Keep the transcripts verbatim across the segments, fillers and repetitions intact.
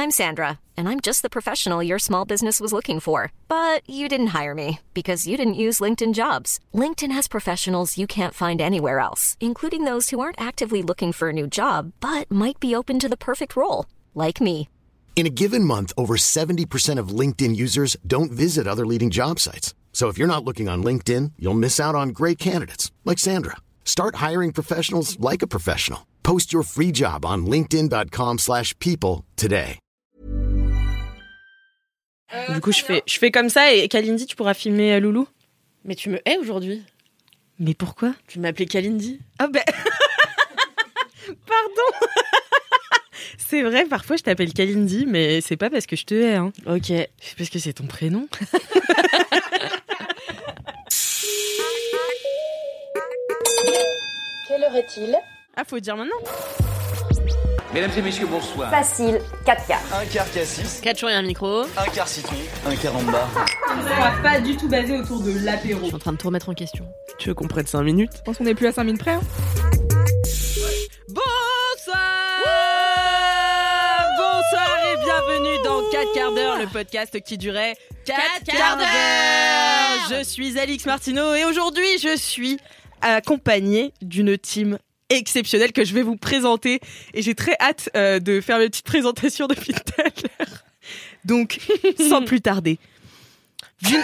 I'm Sandra, and I'm just the professional your small business was looking for. But you didn't hire me because you didn't use LinkedIn Jobs. LinkedIn has professionals you can't find anywhere else, including those who aren't actively looking for a new job, but might be open to the perfect role, like me. In a given month, over seventy percent of LinkedIn users don't visit other leading job sites. So if you're not looking on LinkedIn, you'll miss out on great candidates like Sandra. Start hiring professionals like a professional. Post your free job on linkedin.com slash people today. Euh, du coup, je fais, je fais comme ça et Kalindi, tu pourras filmer euh, Loulou. Mais tu me hais aujourd'hui. Mais pourquoi ? Tu m'appelais Kalindi. Ah ben... Pardon. C'est vrai, parfois je t'appelle Kalindi, mais c'est pas parce que je te hais. Hein. Ok. C'est parce que c'est ton prénom. Quelle heure est-il ? Ah, faut dire maintenant. Mesdames et messieurs, bonsoir. Facile, quatre quarts. Un quart cassis, quatre jours et un micro. un quart citron, un quart en bas. On va pas du tout basé autour de l'apéro. Je suis en train de tout remettre en question. Tu veux qu'on prenne cinq minutes ? Je pense qu'on n'est plus à cinq minutes près. Hein. Bonsoir Bonsoir et bienvenue dans quatre quarts d'heure, le podcast qui durait quatre quarts d'heure. Je suis Alix Martineau et aujourd'hui je suis accompagnée d'une team exceptionnelle que je vais vous présenter et j'ai très hâte euh, de faire mes petites présentations depuis tout à l'heure. Donc, sans plus tarder. D'une...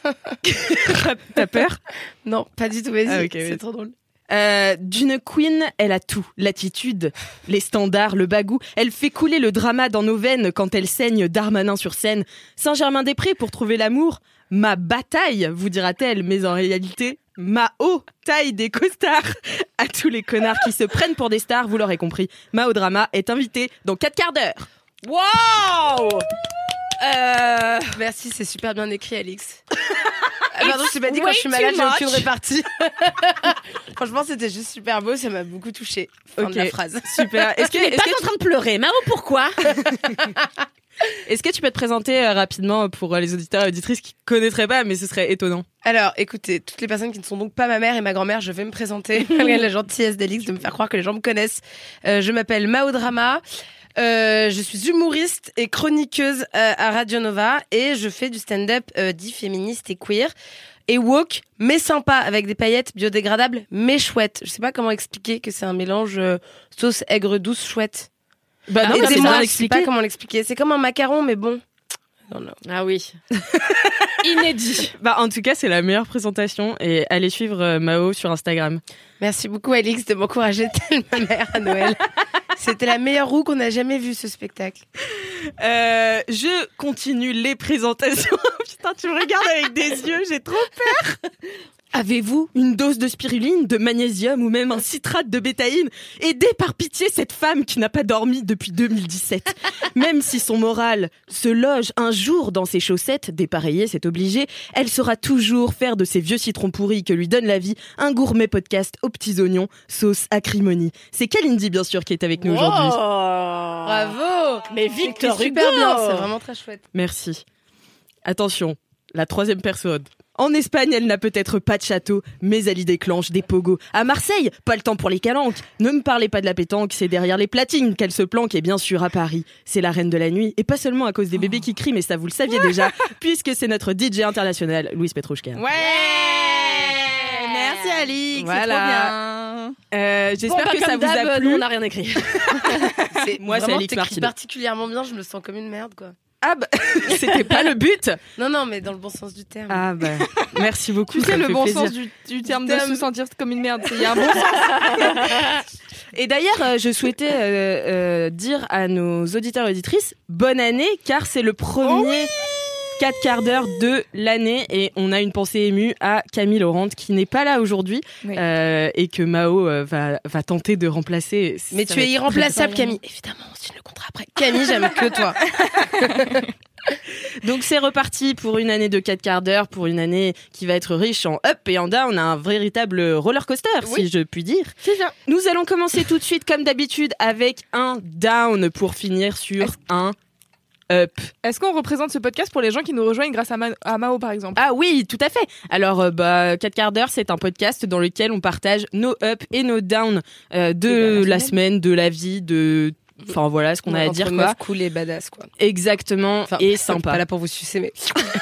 T'as peur ? Non, pas du tout, vas-y, ah, okay, c'est vas-y. trop drôle. Euh, d'une queen, elle a tout. L'attitude, les standards, le bagou. Elle fait couler le drama dans nos veines quand elle saigne Darmanin sur scène. Saint-Germain-des-Prés pour trouver l'amour. Ma bataille, vous dira-t-elle, mais en réalité, ma haut taille des costards. À tous les connards qui se prennent pour des stars, vous l'aurez compris, Mao Drama est invitée dans quatre quarts d'heure. Waouh euh... Merci, c'est super bien écrit, Alix. Ah, pardon, je t'ai pas dit quand je suis malade, j'ai aucune répartie. Franchement, c'était juste super beau, ça m'a beaucoup touchée. Fin okay. de la phrase. Super. Est-ce que tu n'es est-ce pas que en tu... train de pleurer, Mao, pourquoi? Est-ce que tu peux te présenter euh, rapidement pour euh, les auditeurs et auditrices qui connaîtraient pas, mais ce serait étonnant. Alors, écoutez, toutes les personnes qui ne sont donc pas ma mère et ma grand-mère, je vais me présenter. Malgré la gentillesse d'Alix de me faire croire que les gens me connaissent. Euh, je m'appelle Mao Drama. Euh, je suis humoriste et chroniqueuse euh, à Radio Nova et je fais du stand-up euh, dit féministe et queer et woke, mais sympa, avec des paillettes biodégradables, mais chouettes. Je sais pas comment expliquer que c'est un mélange euh, sauce aigre douce chouette. Bah non, ah, c'est moi, bien je sais expliqué. pas comment l'expliquer. C'est comme un macaron, mais bon. Non, non. Ah oui. Inédit. Bah en tout cas, c'est la meilleure présentation et allez suivre euh, Mao sur Instagram. Merci beaucoup, Alix, de m'encourager telle ma mère à Noël. C'était la meilleure roue qu'on a jamais vue, ce spectacle. Euh, je continue les présentations. Putain, tu me regardes avec des yeux, j'ai trop peur. Avez-vous une dose de spiruline, de magnésium ou même un citrate de bétaïne ? Aidez par pitié cette femme qui n'a pas dormi depuis deux mille dix-sept. Même si son moral se loge un jour dans ses chaussettes, dépareillées, c'est obligé, elle saura toujours faire de ces vieux citrons pourris que lui donne la vie un gourmet podcast aux petits oignons, sauce acrimonie. C'est Kalindi, bien sûr, qui est avec nous wow aujourd'hui. Bravo. Mais Victor Hugo, super bien, c'est vraiment très chouette. Merci. Attention, la troisième personne. En Espagne, elle n'a peut-être pas de château, mais elle y déclenche des pogos. À Marseille, pas le temps pour les calanques. Ne me parlez pas de la pétanque, c'est derrière les platines qu'elle se planque. Et bien sûr, à Paris, c'est la reine de la nuit. Et pas seulement à cause des bébés qui crient, mais ça vous le saviez déjà, puisque c'est notre D J international, Louise Petrouchka. Ouais, merci Alix, voilà. C'est trop bien. Euh, j'espère bon, que ça vous d'hab, a plu. Nous, on n'a rien écrit. c'est, moi, c'est Alix Martineau. Particulièrement bien, je me sens comme une merde, quoi. Ah bah, c'était pas le but. Non, non, mais dans le bon sens du terme. Ah bah, merci beaucoup. Tu sais, le bon plaisir. sens du, du terme de se sentir comme une merde, il y a un bon sens. Et d'ailleurs, euh, je souhaitais euh, euh, dire à nos auditeurs et auditrices, bonne année, car c'est le premier oh oui quatre quarts d'heure de l'année et on a une pensée émue à Camille Laurent qui n'est pas là aujourd'hui oui. euh, et que Mao euh, va, va tenter de remplacer. Mais tu es irremplaçable, Camille. Évidemment, on signe le contrat après. Camille, j'aime que toi. Donc c'est reparti pour une année de quatre quarts d'heure, pour une année qui va être riche en up et en down, un véritable roller coaster, oui. si je puis dire. C'est ça. Nous allons commencer tout de suite, comme d'habitude, avec un down pour finir sur Est-ce... un up. Est-ce qu'on représente ce podcast pour les gens qui nous rejoignent grâce à, Ma- à Mao, par exemple ? Ah oui, tout à fait. Alors, euh, bah, quatre quarts d'heure, c'est un podcast dans lequel on partage nos up et nos down euh, de la semaine, de la vie, de Enfin voilà ce qu'on a à Entre dire meufs quoi. cool et badass quoi. Exactement Enfin, et Pas sympa. là pour vous sucer mais.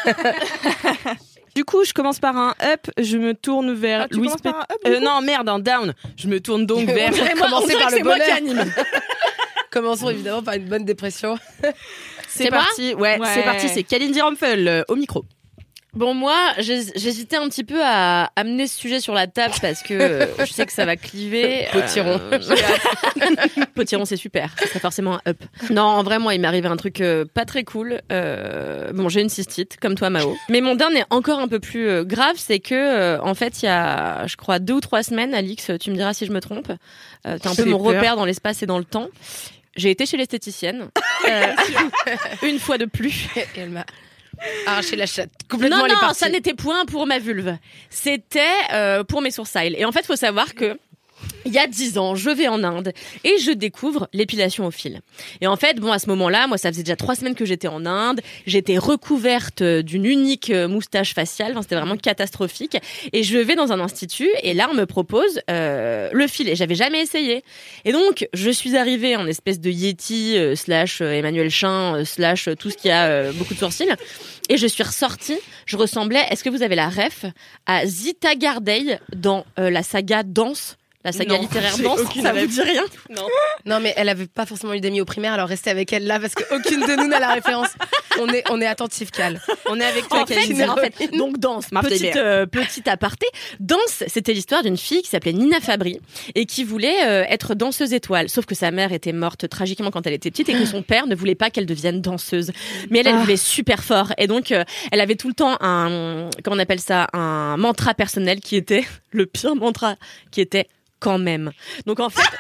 Du coup, je commence par un up, je me tourne vers Ah, tu Louis commences Pe- par un up, du Euh, coup non, merde, un down. Je me tourne donc On vers dirait commencer On dirait par que le c'est moi qui bonheur. anime. Commençons évidemment par une bonne dépression. C'est, C'est moi parti. Ouais, Ouais. c'est parti, c'est Kalindi Rumpel euh, au micro. Bon, moi, j'ai- j'hésitais un petit peu à amener ce sujet sur la table parce que euh, je sais que ça va cliver. Potiron. Euh, Potiron, c'est super. C'est forcément un up. Non, en vrai, moi, il m'est arrivé un truc euh, pas très cool. Euh, bon, j'ai une cystite, comme toi, Mao. Mais mon dernier est encore un peu plus euh, grave, c'est que, euh, en fait, il y a, je crois, deux ou trois semaines, Alix, tu me diras si je me trompe. Euh, T'es un peu J'ai mon peur. repère dans l'espace et dans le temps. J'ai été chez l'esthéticienne. euh, une fois de plus. Et elle m'a arraché la chatte. Complètement Non, elle est non, partie. ça n'était point pour ma vulve. C'était euh, pour mes sourcils. Et en fait, faut savoir que il y a dix ans, je vais en Inde et je découvre l'épilation au fil. Et en fait, bon, à ce moment-là, moi, ça faisait déjà trois semaines que j'étais en Inde. J'étais recouverte d'une unique moustache faciale. Enfin, c'était vraiment catastrophique. Et je vais dans un institut et là, on me propose euh, le fil. Et j'avais jamais essayé. Et donc, je suis arrivée en espèce de Yeti euh, slash euh, Emmanuel Chin euh, slash euh, tout ce qui a euh, beaucoup de sourcils. Et je suis ressortie. Je ressemblais, est-ce que vous avez la ref, à Zita Gardey dans euh, la saga Danse? La saga Non, littéraire j'ai Danse, aucune ça vous ref. dit rien? Non. Non mais elle avait pas forcément eu d'amis au primaire, alors restez avec elle là parce qu'aucune de nous n'a la référence. On est on est attentif, Cal. On est avec toi, En fait, Kalindi. en fait, donc Danse, Marthe petite, Hébert. euh, petite aparté. Danse, c'était l'histoire d'une fille qui s'appelait Nina Fabry et qui voulait euh, être danseuse étoile. Sauf que sa mère était morte tragiquement quand elle était petite et que son père ne voulait pas qu'elle devienne danseuse. Mais elle, elle voulait super fort. Et donc, euh, elle avait tout le temps un, comment on appelle ça, un mantra personnel qui était le pire mantra, qui était quand même. Donc en fait,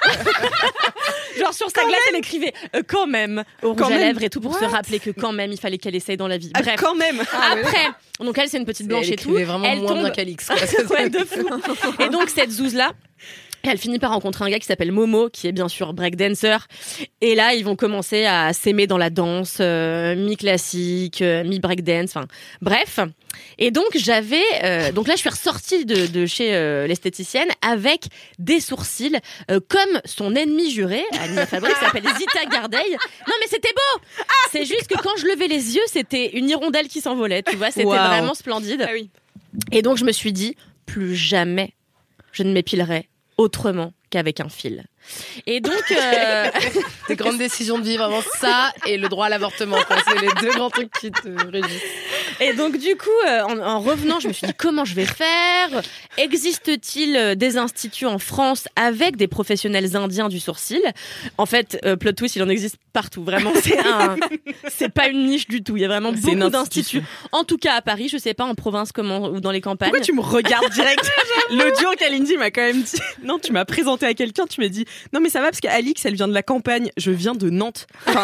genre sur sa glace, elle écrivait euh, quand même au rouge Quand à même. lèvres et tout pour se rappeler que quand même il fallait qu'elle essaye dans la vie. Ah, Bref. quand même. Après, donc elle c'est une petite blanche Elle et tout. écrivait vraiment Elle moins tombe bien qu'Alix. quoi. ouais, de fou. Et donc cette zouze là, elle finit par rencontrer un gars qui s'appelle Momo, qui est bien sûr breakdancer. Et là, ils vont commencer à s'aimer dans la danse, euh, mi-classique, euh, mi-breakdance, enfin bref. Et donc j'avais, euh, donc là je suis ressortie de, de chez euh, l'esthéticienne avec des sourcils euh, comme son ennemi juré, Nina Fabry, qui s'appelle Zita Gardey. Non mais c'était beau. C'est juste que quand je levais les yeux, c'était une hirondelle qui s'envolait. Tu vois, c'était Wow. vraiment splendide. Ah oui. Et donc je me suis dit, plus jamais je ne m'épilerai autrement qu'avec un fil. Et donc, euh... Des grandes décisions de vie, vraiment ça et le droit à l'avortement. quoi. C'est les deux grands trucs qui te régissent. et donc du coup, euh, en, en revenant, je me suis dit comment je vais faire. Existe-t-il euh, des instituts en France avec des professionnels indiens du sourcil? En fait, euh, plot twist, il en existe partout. Vraiment, c'est un, c'est pas une niche du tout. Il y a vraiment C'est une beaucoup institution. d'instituts. En tout cas à Paris, je sais pas en province comment ou dans les campagnes. Pourquoi tu me regardes direct? L'audio, Kalindi m'a quand même dit. Non, tu m'as présenté à quelqu'un, tu m'as dit non, mais ça va parce qu'Alix, elle vient de la campagne, je viens de Nantes. Enfin,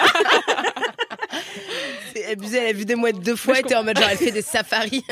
C'est abusé, elle a vu des mouettes deux fois et t'es en mode genre elle fait des safaris.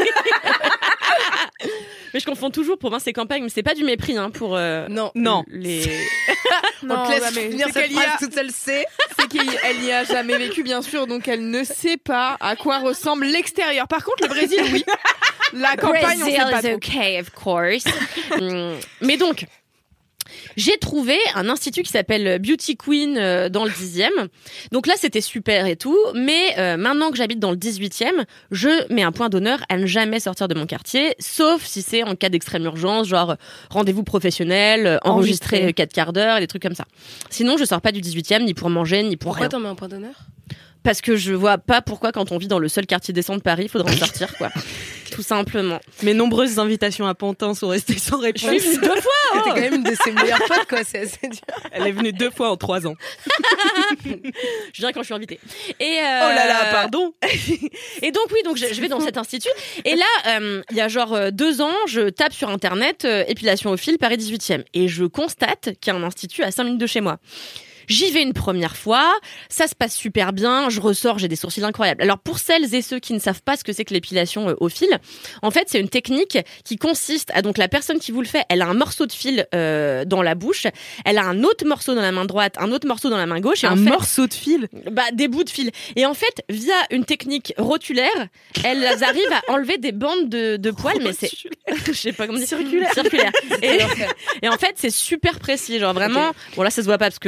Mais je confonds toujours province et campagne, mais c'est pas du mépris hein, pour euh, Non. non. les. Non, On te laisse bah, mais finir c'est cette qu'elle y a- phrase toute seule, c'est. C'est qu'elle n'y a jamais vécu, bien sûr, donc elle ne sait pas à quoi ressemble l'extérieur. Par contre, le Brésil, oui. La campagne, on sait Brazil pas is trop. okay, of course. Hum, mais donc, j'ai trouvé un institut qui s'appelle Beauty Queen euh, dans le dixième. Donc là, c'était super et tout. Mais euh, maintenant que j'habite dans le dix-huitième, je mets un point d'honneur à ne jamais sortir de mon quartier, sauf si c'est en cas d'extrême urgence, genre euh, rendez-vous professionnel, euh, enregistrer Enregistré. quatre quarts d'heure, des trucs comme ça. Sinon, je sors pas du dix-huitième ni pour manger, ni pour Pourquoi rien. t'en mets un point d'honneur? Parce que je vois pas pourquoi, quand on vit dans le seul quartier décent de Paris, il faudrait en sortir, quoi. Tout simplement. Mes nombreuses invitations à Pantin sont restées sans réponse. Je suis venue deux fois. T'es oh. quand même une de ses meilleures potes, quoi. C'est assez dur. Elle est venue deux fois en trois ans. Je viens quand je suis invitée. Et euh, Oh là là, pardon. Et donc oui, donc je, je vais dans cet institut. Et là, euh, il y a genre euh, deux ans, je tape sur internet euh, épilation au fil Paris dix-huitième et je constate qu'il y a un institut à cinq minutes de chez moi. J'y vais une première fois, ça se passe super bien, je ressors, j'ai des sourcils incroyables. Alors pour celles et ceux qui ne savent pas ce que c'est que l'épilation euh, au fil, en fait c'est une technique qui consiste à donc la personne qui vous le fait, elle a un morceau de fil euh, dans la bouche, elle a un autre morceau dans la main droite, un autre morceau dans la main gauche et Un en fait, morceau de fil. bah des bouts de fil. Et en fait, via une technique rotulaire, elles arrivent à enlever des bandes de, de poils, mais c'est je sais pas comment dire circulaire. Circulaire. Et, et en fait, c'est super précis, genre vraiment. Bon là, ça se voit pas parce que j'ai pas été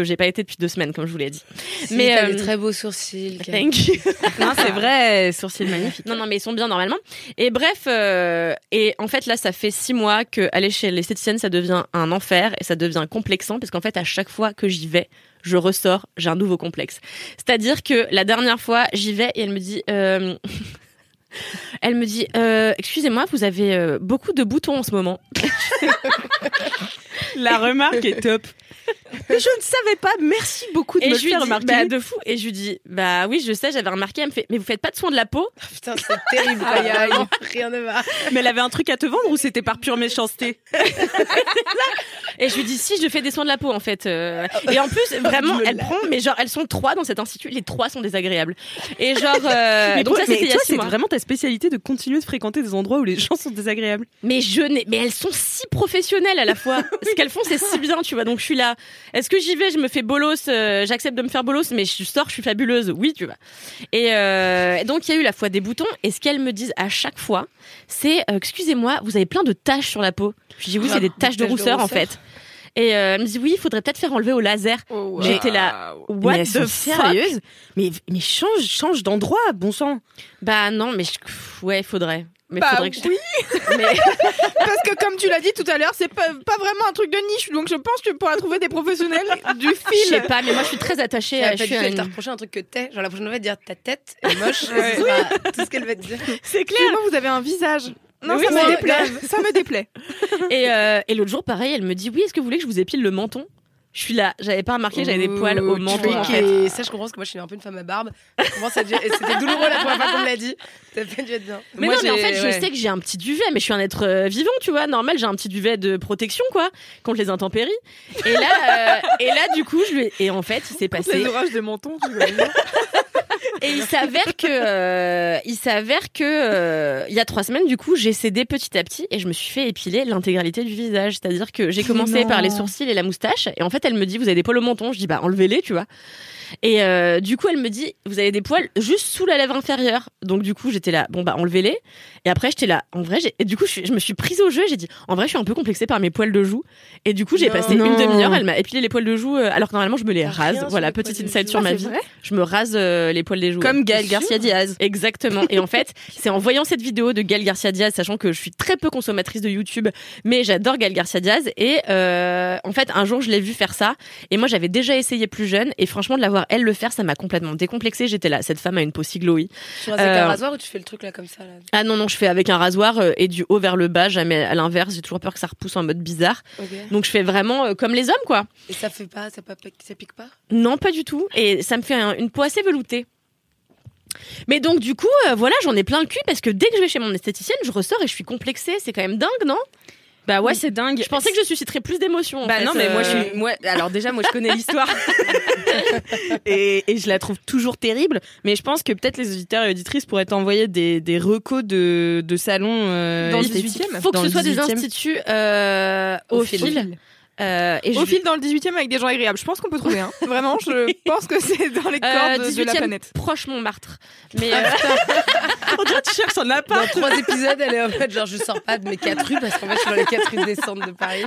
depuis deux semaines, comme je vous l'ai dit. Si, mais t'as euh, des très beaux sourcils. Thank you. Non, c'est vrai, sourcils magnifiques. Non, non, mais ils sont bien normalement. Et bref, euh, et en fait là, ça fait six mois que aller chez l'esthéticienne, ça devient un enfer et ça devient complexant parce qu'en fait, à chaque fois que j'y vais, je ressors, j'ai un nouveau complexe. C'est-à-dire que la dernière fois, j'y vais et elle me dit. Euh... Elle me dit, euh, excusez-moi, vous avez euh, beaucoup de boutons en ce moment. La remarque est top. Je ne savais pas, merci beaucoup de et me je le lui faire dis, remarquer. bah, de fou. Et je lui dis, bah oui, je sais, j'avais remarqué. Elle me fait, mais vous faites pas de soin de la peau? Putain, c'est terrible. Aïe, aïe, rien ne va. Mais elle avait un truc à te vendre ou c'était par pure méchanceté? Et je lui dis, si, je fais des soins de la peau, en fait. Euh, Et en plus, vraiment, elle prend, mais genre, elles sont trois dans cet institut, les trois sont désagréables. Et genre, euh, mais donc toi, ça, c'était mais il y a toi, six c'est mois. vraiment ta spécialité de continuer de fréquenter des endroits où les gens sont désagréables. Mais je n'ai, mais elles sont si professionnelles à la fois. Ce qu'elles font, c'est si bien, tu vois. Donc je suis là. Est-ce que j'y vais? Je me fais bolos. euh, j'accepte de me faire bolos, mais je sors, je suis fabuleuse. Oui, tu vois. Et euh, donc il y a eu la fois des boutons. Et ce qu'elles me disent à chaque fois, c'est euh, excusez-moi, vous avez plein de taches sur la peau. Je dis oui, c'est des taches de rousseur en fait. Et euh, elle me dit oui, il faudrait peut-être faire enlever au laser. Oh, wow. J'étais là. What mais elles the sont fuck? sérieuses? Mais mais change change d'endroit, bon sang. Bah non, mais je... ouais, il faudrait. Mais Bah faudrait que je... oui. Mais... Parce que comme tu l'as dit tout à l'heure, c'est pas, pas vraiment un truc de niche, donc je pense que tu pourras trouver des professionnels du fil. Je sais pas, mais moi je suis très attachée Elle à. va Je pas suis du tout, à elle t'a une- reproché un truc que t'es. Genre la prochaine fois, elle va te dire ta tête est moche. Ouais. C'est pas tout ce qu'elle va te dire. C'est clair. Excusez-moi, vous avez un visage. Non, Oui, ça moi, me déplaît. Ça me déplaît. Et, euh, et l'autre jour, pareil, elle me dit oui, est-ce que vous voulez que je vous épile le menton? Je suis là, j'avais pas remarqué, j'avais des poils au Ouh, menton en tricky. fait. Et ça, je comprends parce que moi, je suis un peu une femme à barbe. Je commence à dire- et c'était douloureux la première fois qu'on me l'a dit. Ça fait dû être bien. Mais Moi, non, mais en j'ai- fait, je ouais. sais que j'ai un petit duvet, mais je suis un être euh, vivant, tu vois. Normal, j'ai un petit duvet de protection, quoi, contre les intempéries. Et là, euh, et là, du coup, je lui ai... et en fait, il s'est passé. Les orages de menton, tu vois. Et il s'avère que, euh, il s'avère que, euh, il y a trois semaines, du coup, j'ai cédé petit à petit et je me suis fait épiler l'intégralité du visage. C'est-à-dire que j'ai commencé non. par les sourcils et la moustache. Et en fait, elle me dit, vous avez des poils au menton. Je dis, bah, enlevez-les, tu vois. Et euh, du coup, elle me dit, vous avez des poils juste sous la lèvre inférieure. Donc du coup, j'étais là, bon bah enlevez-les. Et après, j'étais là, en vrai, j'ai... et du coup, je, suis- je me suis prise au jeu. J'ai dit, en vrai, je suis un peu complexée par mes poils de joue. Et du coup, j'ai Non. passé Non. une demi-heure. Elle m'a épilé les poils de joue, euh, alors que normalement, je me les T'as rase. rien sur Voilà, les poils petite de insight joue. sur Ah, ma c'est vie. vrai Je me rase euh, les poils des joues. Comme ouais. Gaël Garcia Diaz. Exactement. Et en fait, c'est en voyant cette vidéo de Gaël Garcia Diaz, sachant que je suis très peu consommatrice de YouTube, mais j'adore Gaël Garcia Diaz. Et euh, en fait, un jour, je l'ai vu faire ça. Et moi, j'avais déjà essayé plus jeune. Et franchement, de la voir elle le faire, ça m'a complètement décomplexée. J'étais là, cette femme a une peau si glowy. Tu rases avec Euh, un rasoir ou tu fais le truc là comme ça là? Ah non, non, je fais avec un rasoir euh, et du haut vers le bas, jamais à l'inverse. J'ai toujours peur que ça repousse en mode bizarre. Ok. Donc je fais vraiment euh, comme les hommes, quoi. Et ça fait pas, ça, pas, ça pique pas? Non, pas du tout. Et ça me fait un- une peau assez veloutée. Mais donc du coup, euh, voilà, j'en ai plein le cul parce que dès que je vais chez mon esthéticienne, je ressors et je suis complexée. C'est quand même dingue, non? Bah ouais, c'est dingue. Je pensais que je susciterais plus d'émotions. en Bah fait, non, mais moi je euh, suis. Moi, alors déjà, moi je connais l'histoire et, et je la trouve toujours terrible. Mais je pense que peut-être les auditeurs et auditrices pourraient t'envoyer des, des recos de, de salons euh, Dans le esthétiques. dix-huitième. Faut que Dans ce le soit des dix-huitième. instituts euh, au, Au fil. fil. Euh, et je Au vais- fil dans le dix-huitième avec des gens agréables. Je pense qu'on peut trouver. Hein. Vraiment, je pense que c'est dans les Euh, cordes de la dix-huitième, planète. proche Montmartre. Mais euh, On dirait que tu cherches un appart. Dans trois épisodes, elle est en fait genre je sors pas de mes quatre rues parce qu'en fait je suis dans les quatre rues descentes de Paris.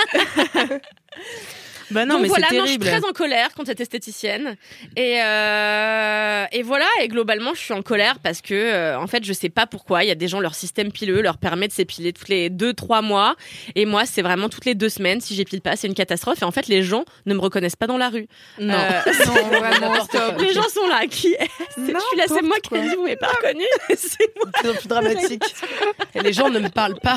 Bah non, donc mais voilà, c'est non, je suis terrible. très en colère contre cette esthéticienne. Et, euh, et voilà, et globalement, je suis en colère parce que, euh, en fait, je sais pas pourquoi. Il y a des gens, leur système pileux leur permet de s'épiler toutes les deux, trois mois. Et moi, c'est vraiment toutes les deux semaines. Si j'épile pas, c'est une catastrophe. Et en fait, les gens ne me reconnaissent pas dans la rue. Non. Euh, Non, vraiment, N'importe stop. quoi. les gens sont là. Qui est Je suis là, c'est moi qui ai dit, vous m'avez pas reconnu. C'est moi. De plus en plus dramatique. Et les gens ne me parlent pas.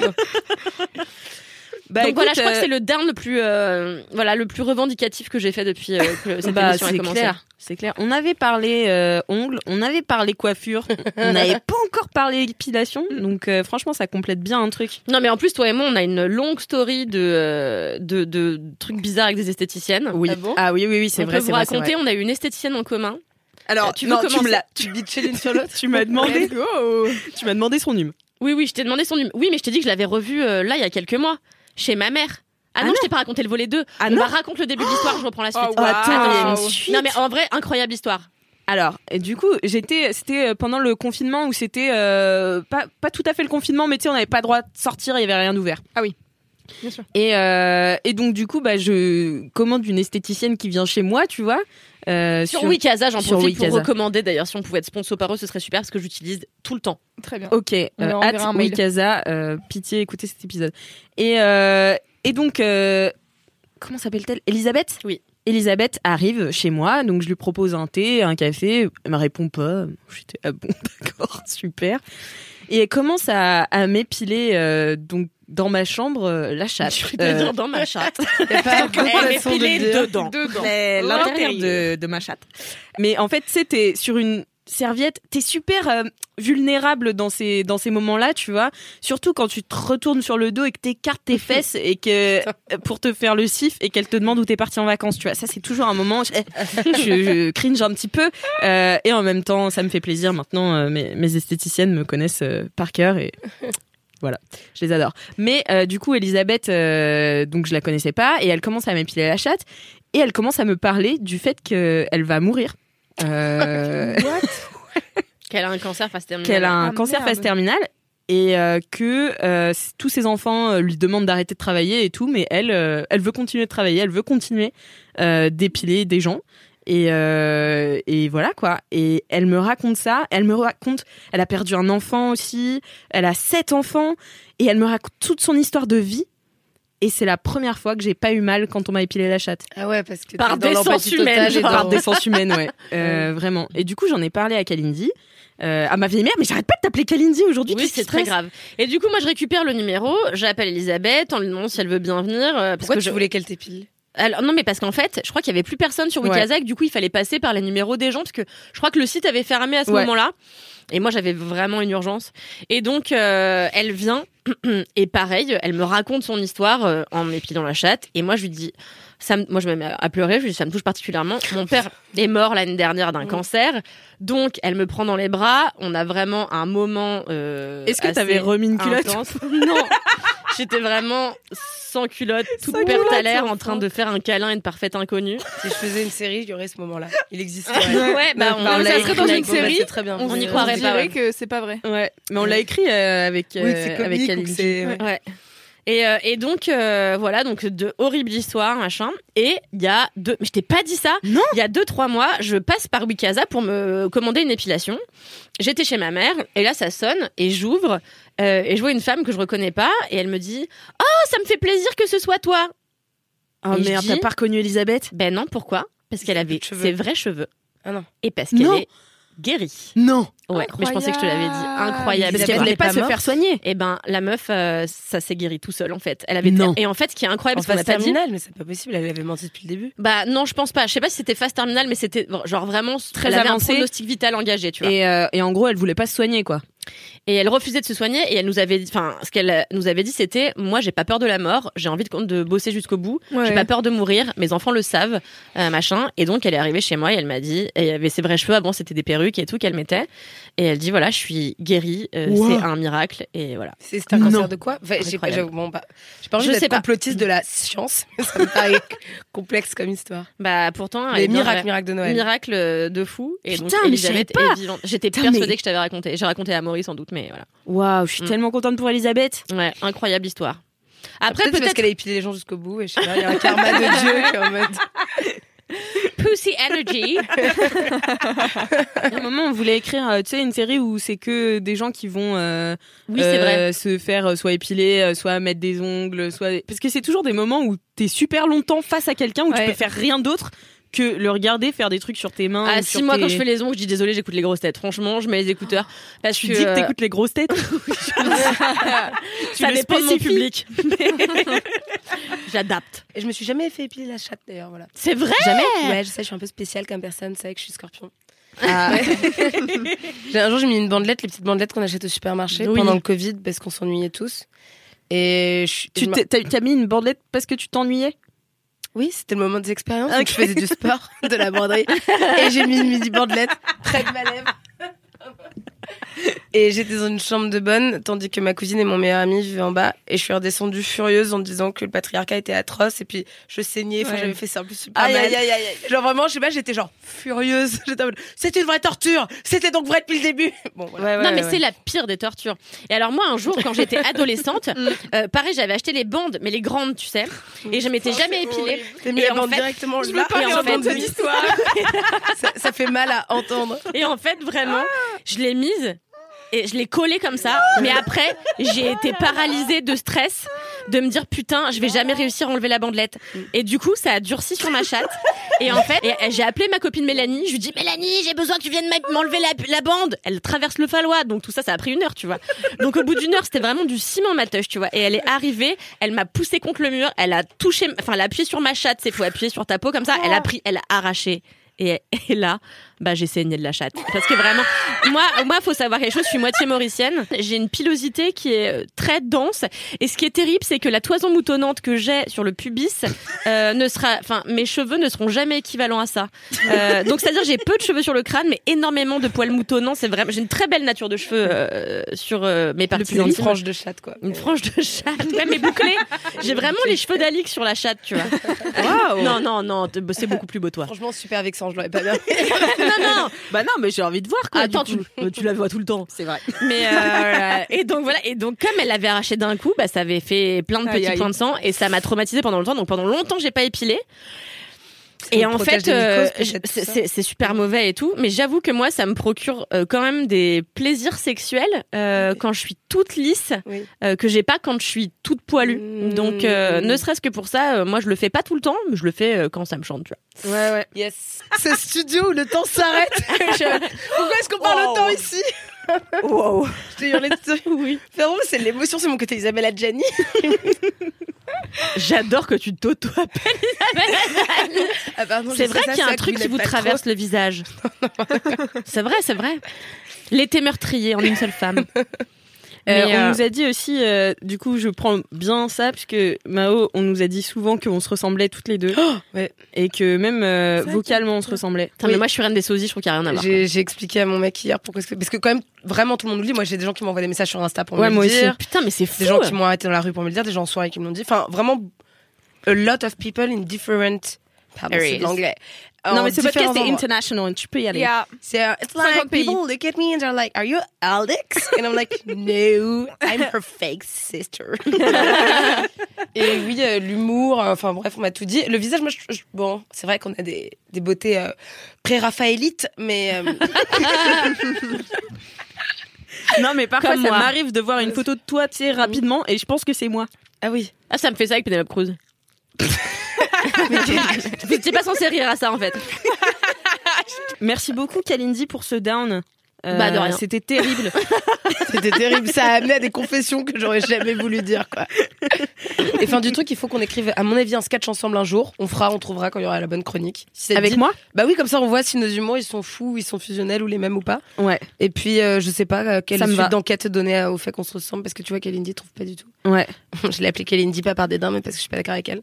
Bah, Donc voilà, écoute, je crois euh, que c'est le down le plus, euh, voilà, le plus revendicatif que j'ai fait depuis euh, que cette bah, émission a c'est commencé. clair, c'est clair. On avait parlé euh, ongles, on avait parlé coiffure, on n'avait pas encore parlé épilation, donc euh, franchement ça complète bien un truc. Non, mais en plus, toi et moi, on a une longue story de, euh, de, de trucs bizarres avec des esthéticiennes. Oui. Ah bon Ah oui, oui, oui, c'est on vrai, peut c'est vous vrai, c'est raconter, vrai. on a eu une esthéticienne en commun. Alors, tu veux non, tu commencer me l'as, Tu bitches l'une sur l'autre. tu m'as demandé, Let's go. tu m'as demandé son hume. Oui, oui, je t'ai demandé son numéro. Oui, mais je t'ai dit que je l'avais revu euh, là, il y a quelques mois, chez ma mère. Ah, Ah non, non. je t'ai pas raconté le volet deux. Ah on non. va raconter le début de l'histoire, je reprends la suite. Oh, Oh, attends, il y a une Wow. suite. Non, mais en vrai, incroyable histoire. Alors, et du coup, j'étais, c'était euh, pendant le confinement où c'était euh, pas pas tout à fait le confinement, mais tu sais, on n'avait pas le droit de sortir, il y avait rien d'ouvert. Ah oui. Bien sûr. Et, euh, et donc, du coup, bah, je commande une esthéticienne qui vient chez moi, tu vois. Euh, Sur, sur Wikasa, j'en sur profite pour Wikasa. recommander d'ailleurs, si on pouvait être sponsor par eux, ce serait super parce que j'utilise tout le temps. Très bien. Ok, euh, On leur enverra at un mail. Wikasa, euh, pitié, écoutez cet épisode. Et, euh, et donc, euh, comment s'appelle-t-elle ? Elisabeth ? Oui. Elisabeth arrive chez moi, donc je lui propose un thé, un café, elle me répond pas. J'étais ah bon, d'accord, super. Et elle commence à, à m'épiler euh, donc dans ma chambre euh, la chatte. Je suis euh... dans ma chatte. Y a pas Elle est pilée de dedans. Dedans. Mais l'intérieur de, de ma chatte. Mais en fait, tu sais, t'es sur une serviette, t'es super euh, vulnérable dans ces dans ces moments-là, tu vois. Surtout quand tu te retournes sur le dos et que t'écartes tes fesses et que pour te faire le sif et qu'elle te demande où t'es parti en vacances, tu vois. Ça, c'est toujours un moment. Je, je, je cringe un petit peu euh, et en même temps, ça me fait plaisir. Maintenant, euh, mes, mes esthéticiennes me connaissent euh, par cœur et voilà, je les adore. Mais euh, du coup, Elisabeth, euh, donc je la connaissais pas et elle commence à m'épiler la chatte et elle commence à me parler du fait qu'elle va mourir. Euh... Qu'elle a un cancer phase terminale. Qu'elle a un Ah, cancer merde. phase terminale et euh, que euh, tous ses enfants euh, lui demandent d'arrêter de travailler et tout, mais elle, euh, elle veut continuer de travailler, elle veut continuer euh, d'épiler des gens. Et, euh, et voilà quoi. Et elle me raconte ça. Elle me raconte, elle a perdu un enfant aussi. Elle a sept enfants et elle me raconte toute son histoire de vie. Et c'est la première fois que j'ai pas eu mal quand on m'a épilé la chatte. Ah ouais, parce que Par t'es dans décence l'empathie humaine, totale et genre. Par dans- décence humaine, ouais. Euh, vraiment. Et du coup, j'en ai parlé à Kalindi, euh, à ma vieille mère, mais j'arrête pas de t'appeler Kalindi aujourd'hui. Oui, qu'est-ce qui c'est se très passe grave. Et du coup, moi, je récupère le numéro, j'appelle Elisabeth en lui demandant si elle veut bien venir. euh, parce Pourquoi que tu je... voulais qu'elle t'épile? Alors, non, mais parce qu'en fait, je crois qu'il y avait plus personne sur Ouais. Wikasa, et que du coup, il fallait passer par les numéros des gens, parce que je crois que le site avait fermé à ce Ouais. moment-là. Et moi, j'avais vraiment une urgence. Et donc, euh, elle vient, et pareil, elle me raconte son histoire euh, en m'épilant la chatte. Et moi, je lui dis, ça me... moi, je me mets à pleurer, je lui dis, ça me touche particulièrement. Mon père est mort l'année dernière d'un cancer. Donc, elle me prend dans les bras. On a vraiment un moment. Euh, Est-ce que assez t'avais remis une culotte? intense. Non. J'étais vraiment sans culotte, toute Sans perte à culotte, l'air, c'est en train de faire un câlin à une parfaite inconnue. Si je faisais une série, il y aurait ce moment-là. Il existe. Ouais, bah, on, bah, on on l'a l'a serait écrit dans une avec- série, c'est très bien. on y se croirait pas, dirait ouais. que c'est pas vrai. Ouais, mais on l'a écrit euh, avec euh, Oui, c'est avec comique. Kalindi. ou c'est- ouais. Ouais. Et, euh, et donc euh, voilà, donc de horribles histoires, machin. Et il y a deux, mais je t'ai pas dit ça. Non. Il y a deux trois mois, je passe par Wikasa pour me commander une épilation. J'étais chez ma mère et là ça sonne et j'ouvre euh, et je vois une femme que je reconnais pas et elle me dit oh ça me fait plaisir que ce soit toi. Oh Et je merde, dis- t'as pas reconnu Elisabeth? Ben non, pourquoi? Parce qu'elle avait de cheveux. ses vrais cheveux. Ah non. Et parce qu'elle Non. est guérie. Non. Ouais, mais je pensais que je te l'avais dit. Incroyable. Parce Elisabeth qu'elle n'est voulait pas pas se morte. faire soigner. Et ben la meuf, euh, ça s'est guéri tout seul en fait. Elle avait Non. et en fait, ce qui est incroyable, En parce qu'on phase n'a pas dit. terminale, mais c'est pas possible. Elle avait menti depuis le début. Bah non, je pense pas. Je sais pas si c'était phase terminale, mais c'était genre vraiment Très elle avait avancé. un pronostic vital engagé, tu vois. Et, euh, et en gros, elle voulait pas se soigner, quoi. Et elle refusait de se soigner et elle nous avait dit, enfin, ce qu'elle nous avait dit, c'était, moi, j'ai pas peur de la mort, j'ai envie de, de bosser jusqu'au bout, Ouais. j'ai pas peur de mourir, mes enfants le savent, euh, machin. Et donc, elle est arrivée chez moi et elle m'a dit, et il y avait ses vrais cheveux, avant c'était des perruques et tout qu'elle mettait. Et elle dit, voilà, je suis guérie, euh, Wow. c'est un miracle et voilà. C'est c'est un Non. cancer de quoi? Enfin, j'ai Incroyable. j'avoue, bon, bah, j'ai pas envie Je d'être sais pas. complotiste de la science, mais ça me paraît complexe comme histoire. Bah pourtant, elle Les est bien miracles, vraie. miracles de Noël. Miracle euh, de fou. Et donc, Putain, mais je Elisabeth savais pas. est vivante. J'étais Putain, persuadée mais- que je t'avais raconté. J'ai raconté à Maurice sans doute, mais voilà. Waouh, je suis Mm. tellement contente pour Elisabeth. Ouais, incroyable histoire. Après, Après, peut-être parce peut-être qu'elle a épilé les gens jusqu'au bout et je sais pas, il y a un karma de Dieu qui est en mode. Pussy Energy. À un moment, on voulait écrire, euh, tu sais, une série où c'est que des gens qui vont euh, Oui, c'est vrai. euh, se faire euh, soit épiler, euh, soit mettre des ongles, soit parce que c'est toujours des moments où t'es super longtemps face à quelqu'un où tu Ouais. peux faire rien d'autre que le regarder faire des trucs sur tes mains. Ah ou si, sur moi tes- quand je fais les ongles, je dis désolé, j'écoute les grosses têtes. Franchement, je mets les écouteurs parce tu que dis que euh, t'écoutes les grosses têtes. tu ça le dépend de mon spécifies. public. J'adapte. Et je me suis jamais fait épiler la chatte d'ailleurs, voilà. C'est vrai. Jamais. Ouais, je sais, je suis un peu spéciale comme personne, c'est vrai que je suis scorpion. Ah. J'ai- Un jour, j'ai mis une bandelette, les petites bandelettes qu'on achète au supermarché Oui. pendant le Covid parce qu'on s'ennuyait tous. Et je, Tu je t'es- t'as t'as mis une bandelette parce que tu t'ennuyais. Oui, c'était le moment des expériences. Ok. Donc je faisais du sport, de la broderie. Et j'ai mis une mini bandelette près de ma lèvre. Et j'étais dans une chambre de bonne, tandis que ma cousine et mon meilleur ami vivaient en bas. Et je suis redescendue furieuse en disant que le patriarcat était atroce. Et puis je saignais, enfin Ouais. j'avais fait ça en plus super Aïe, mal. aïe, aïe, aïe, aïe. Genre vraiment, je sais pas, j'étais genre furieuse. J'étais en mode, c'est une vraie torture. C'était donc vrai depuis le début. Bon, voilà. Ouais, ouais, non mais ouais. c'est la pire des tortures. Et alors moi un jour quand j'étais adolescente, euh, pareil j'avais acheté les bandes mais les grandes tu sais et je m'étais jamais épilée. T'as mis Et la en bande fait, directement Je là. veux pas et en entendre fait, cette histoire. ça, ça fait mal à entendre. Et en fait vraiment je l'ai mise et je l'ai collée comme ça. Mais après j'ai été paralysée de stress de me dire putain je vais jamais réussir à enlever la bandelette. Et du coup ça a durci sur ma chatte. Et en fait et j'ai appelé ma copine Mélanie. Je lui dis Mélanie j'ai besoin que tu viennes m'enlever la, la bande. Elle traverse le Fallois donc tout ça ça a pris une heure tu vois. Donc au bout d'une heure c'était vraiment du ciment ma touche tu vois. Et elle est arrivée, elle m'a poussée contre le mur, elle a touché, enfin elle a appuyé sur ma chatte, c'est faut appuyer sur ta peau comme ça. Elle a pris, elle a arraché. Et, et là, bah j'ai saigné de la chatte parce que vraiment, moi, moi, faut savoir quelque chose. Je suis moitié mauricienne. J'ai une pilosité qui est très dense. Et ce qui est terrible, c'est que la toison moutonnante que j'ai sur le pubis euh, ne sera, enfin, mes cheveux ne seront jamais équivalents à ça. Euh, donc c'est-à-dire j'ai peu de cheveux sur le crâne, mais énormément de poils moutonnants. C'est vraiment, j'ai une très belle nature de cheveux euh, sur euh, mes parties Une intimes. frange de chatte quoi. Une frange de chatte, ouais, mais bouclée. J'ai vraiment les cheveux d'Alix sur la chatte, tu vois. Waouh. Non, non, non, t- c'est beaucoup plus beau, toi. Franchement super vexant, je l'aurais pas bien. Non, non. Bah non, mais j'ai envie de voir quoi. Attends, du tu, coup. euh, tu la vois tout le temps. C'est vrai. Mais euh, et donc voilà. Et donc comme elle l'avait arraché d'un coup, bah ça avait fait plein de Aïe, petits aïe. points de sang et ça m'a traumatisée pendant longtemps. Donc pendant longtemps, j'ai pas épilé. Ça Et me en protège fait, des euh, mycoses, peut-être, c'est- tout ça. c'est c'est super mauvais et tout, mais j'avoue que moi, ça me procure euh, quand même des plaisirs sexuels euh, quand je suis toute lisse, Oui. euh, que j'ai pas quand je suis toute poilue. Mmh. Donc, euh, ne serait-ce que pour ça, euh, moi, je le fais pas tout le temps, mais je le fais euh, quand ça me chante, tu vois. Ouais, ouais. Yes. Ce studio où le temps s'arrête. Je- Pourquoi est-ce qu'on parle Wow. autant ici? Wow. Je t'ai hurlé dessus. Oui. Vraiment, c'est l'émotion, c'est mon côté Isabelle Adjani. J'adore que tu t'auto-appelles. Ah, pardon, C'est je vrai sais ça, qu'il y a c'est un truc vous qui n'êtes vous pas traverse le visage. C'est vrai, c'est vrai. L'été meurtrier en une seule femme. Euh, Mais, on euh, nous a dit aussi, euh, du coup, je prends bien ça, puisque Mao, on nous a dit souvent qu'on se ressemblait toutes les deux. ouais. Et que même euh, Ça, vocalement, on se ressemblait. Putain, mais moi, je suis reine des sosies, je trouve qu'il n'y a rien à voir. J'ai j'ai expliqué à mon mec hier pourquoi. est-ce que- Parce que quand même, vraiment, tout le monde nous le dit. Moi, j'ai des gens qui m'envoient des messages sur Insta pour Ouais, me moi le aussi. dire. Putain, mais c'est fou. Des gens qui m'ont arrêté dans la rue pour me le dire. Des gens en soirée qui me l'ont dit. Enfin, vraiment, a lot of people in different. Pardon, c'est de l'anglais. Non, En mais ce podcast différents est endroits. international, tu peux y aller. Yeah. So it's like cinquante pays. people look at me and they're like, "Are you Alex?" And I'm like, "No, I'm her fake sister." Et oui, euh, l'humour, euh, enfin bref, on m'a tout dit. Le visage, moi, je, je- bon, c'est vrai qu'on a des, des beautés euh, pré-raphaélites, mais euh, Non, mais parfois, Comme ça moi. m'arrive de voir une photo de toi, tu sais, rapidement, et je pense que c'est moi. ah oui. Ah, ça me fait ça avec Penelope Cruz. T'es pas censé rire à ça, en fait. Merci beaucoup, Kalindi, pour ce down. Euh, Bah, de rien. C'était terrible. C'était terrible. Ça a amené à des confessions que j'aurais jamais voulu dire, quoi. Et fin du truc, il faut qu'on écrive, à mon avis, un sketch ensemble un jour. On fera, on trouvera quand il y aura la bonne chronique. Si ça te Avec dit. moi Bah oui, comme ça, on voit si nos humours, ils sont fous, ils sont fusionnels ou les mêmes ou pas. Ouais. Et puis, euh, je sais pas euh, quelle Ça me suite va. d'enquête donner à- au fait qu'on se ressemble, parce que tu vois, Kalindi trouve pas du tout. Ouais. Je l'ai appelée Kalindi, pas par dédain, mais parce que je suis pas d'accord avec elle.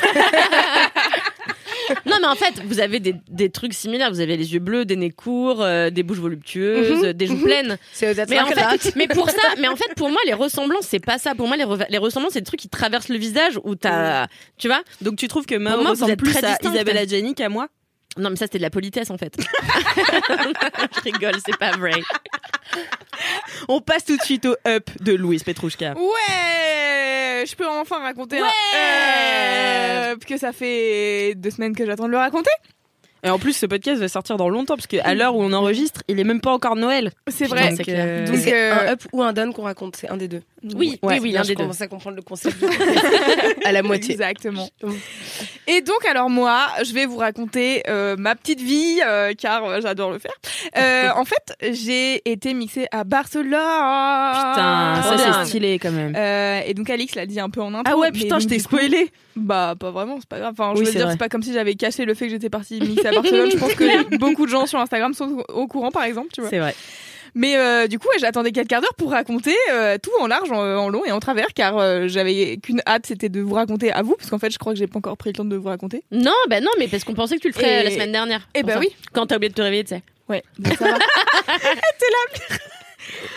Non, mais en fait, vous avez des, des trucs similaires. Vous avez les yeux bleus, des nez courts, euh, des bouches voluptueuses, Mhm. des joues pleines. C'est Mais en fait, mais pour ça, mais en fait, pour moi, les ressemblances, c'est pas ça. Pour moi, les, re- les ressemblances, c'est des trucs qui traversent le visage où t'as, tu vois. Donc tu trouves que Pour Mao moi, vous ressemble êtes plus très à distinctes. Isabelle Adjani qu'à moi? Non, mais ça, c'était de la politesse, en fait. Je rigole, c'est pas vrai. On passe tout de suite au up de Louise Petrouchka. Ouais, je peux enfin raconter Ouais. un up que ça fait deux semaines que j'attends de le raconter. Et en plus, ce podcast va sortir dans longtemps, parce qu'à l'heure où on enregistre, il est même pas encore Noël. C'est Putain, vrai. c'est Donc, clair. euh, Donc, c'est euh, un up ou un down qu'on raconte, c'est un des deux. Oui, Ouais. oui, oui, Là, l'un je des deux. commence à comprendre le concept. à la moitié. Exactement. Et donc, alors moi, je vais vous raconter euh, ma petite vie, euh, car euh, j'adore le faire. Euh, en fait, j'ai été mixée à Barcelone. Putain, trop ça bien. c'est stylé quand même. Euh, et donc Alix l'a dit un peu en intro. Ah ouais, mais putain, donc, je t'ai du coup- spoilé. Bah pas vraiment, c'est pas grave. Enfin, je Oui, veux c'est dire, vrai. c'est pas comme si j'avais caché le fait que j'étais partie mixer à Barcelone. Je pense que beaucoup de gens sur Instagram sont au courant, par exemple, tu vois. C'est vrai. Mais euh, du coup, ouais, j'attendais quatre quarts d'heure pour raconter euh, tout en large, en, en long et en travers, car euh, j'avais qu'une hâte, c'était de vous raconter à vous, parce qu'en fait, je crois que j'ai pas encore pris le temps de vous raconter. Non, bah non, mais parce qu'on pensait que tu le ferais Et- la semaine dernière. Eh ben Enfin, oui. Quand t'as oublié de te réveiller, tu sais. Ouais, donc ça va.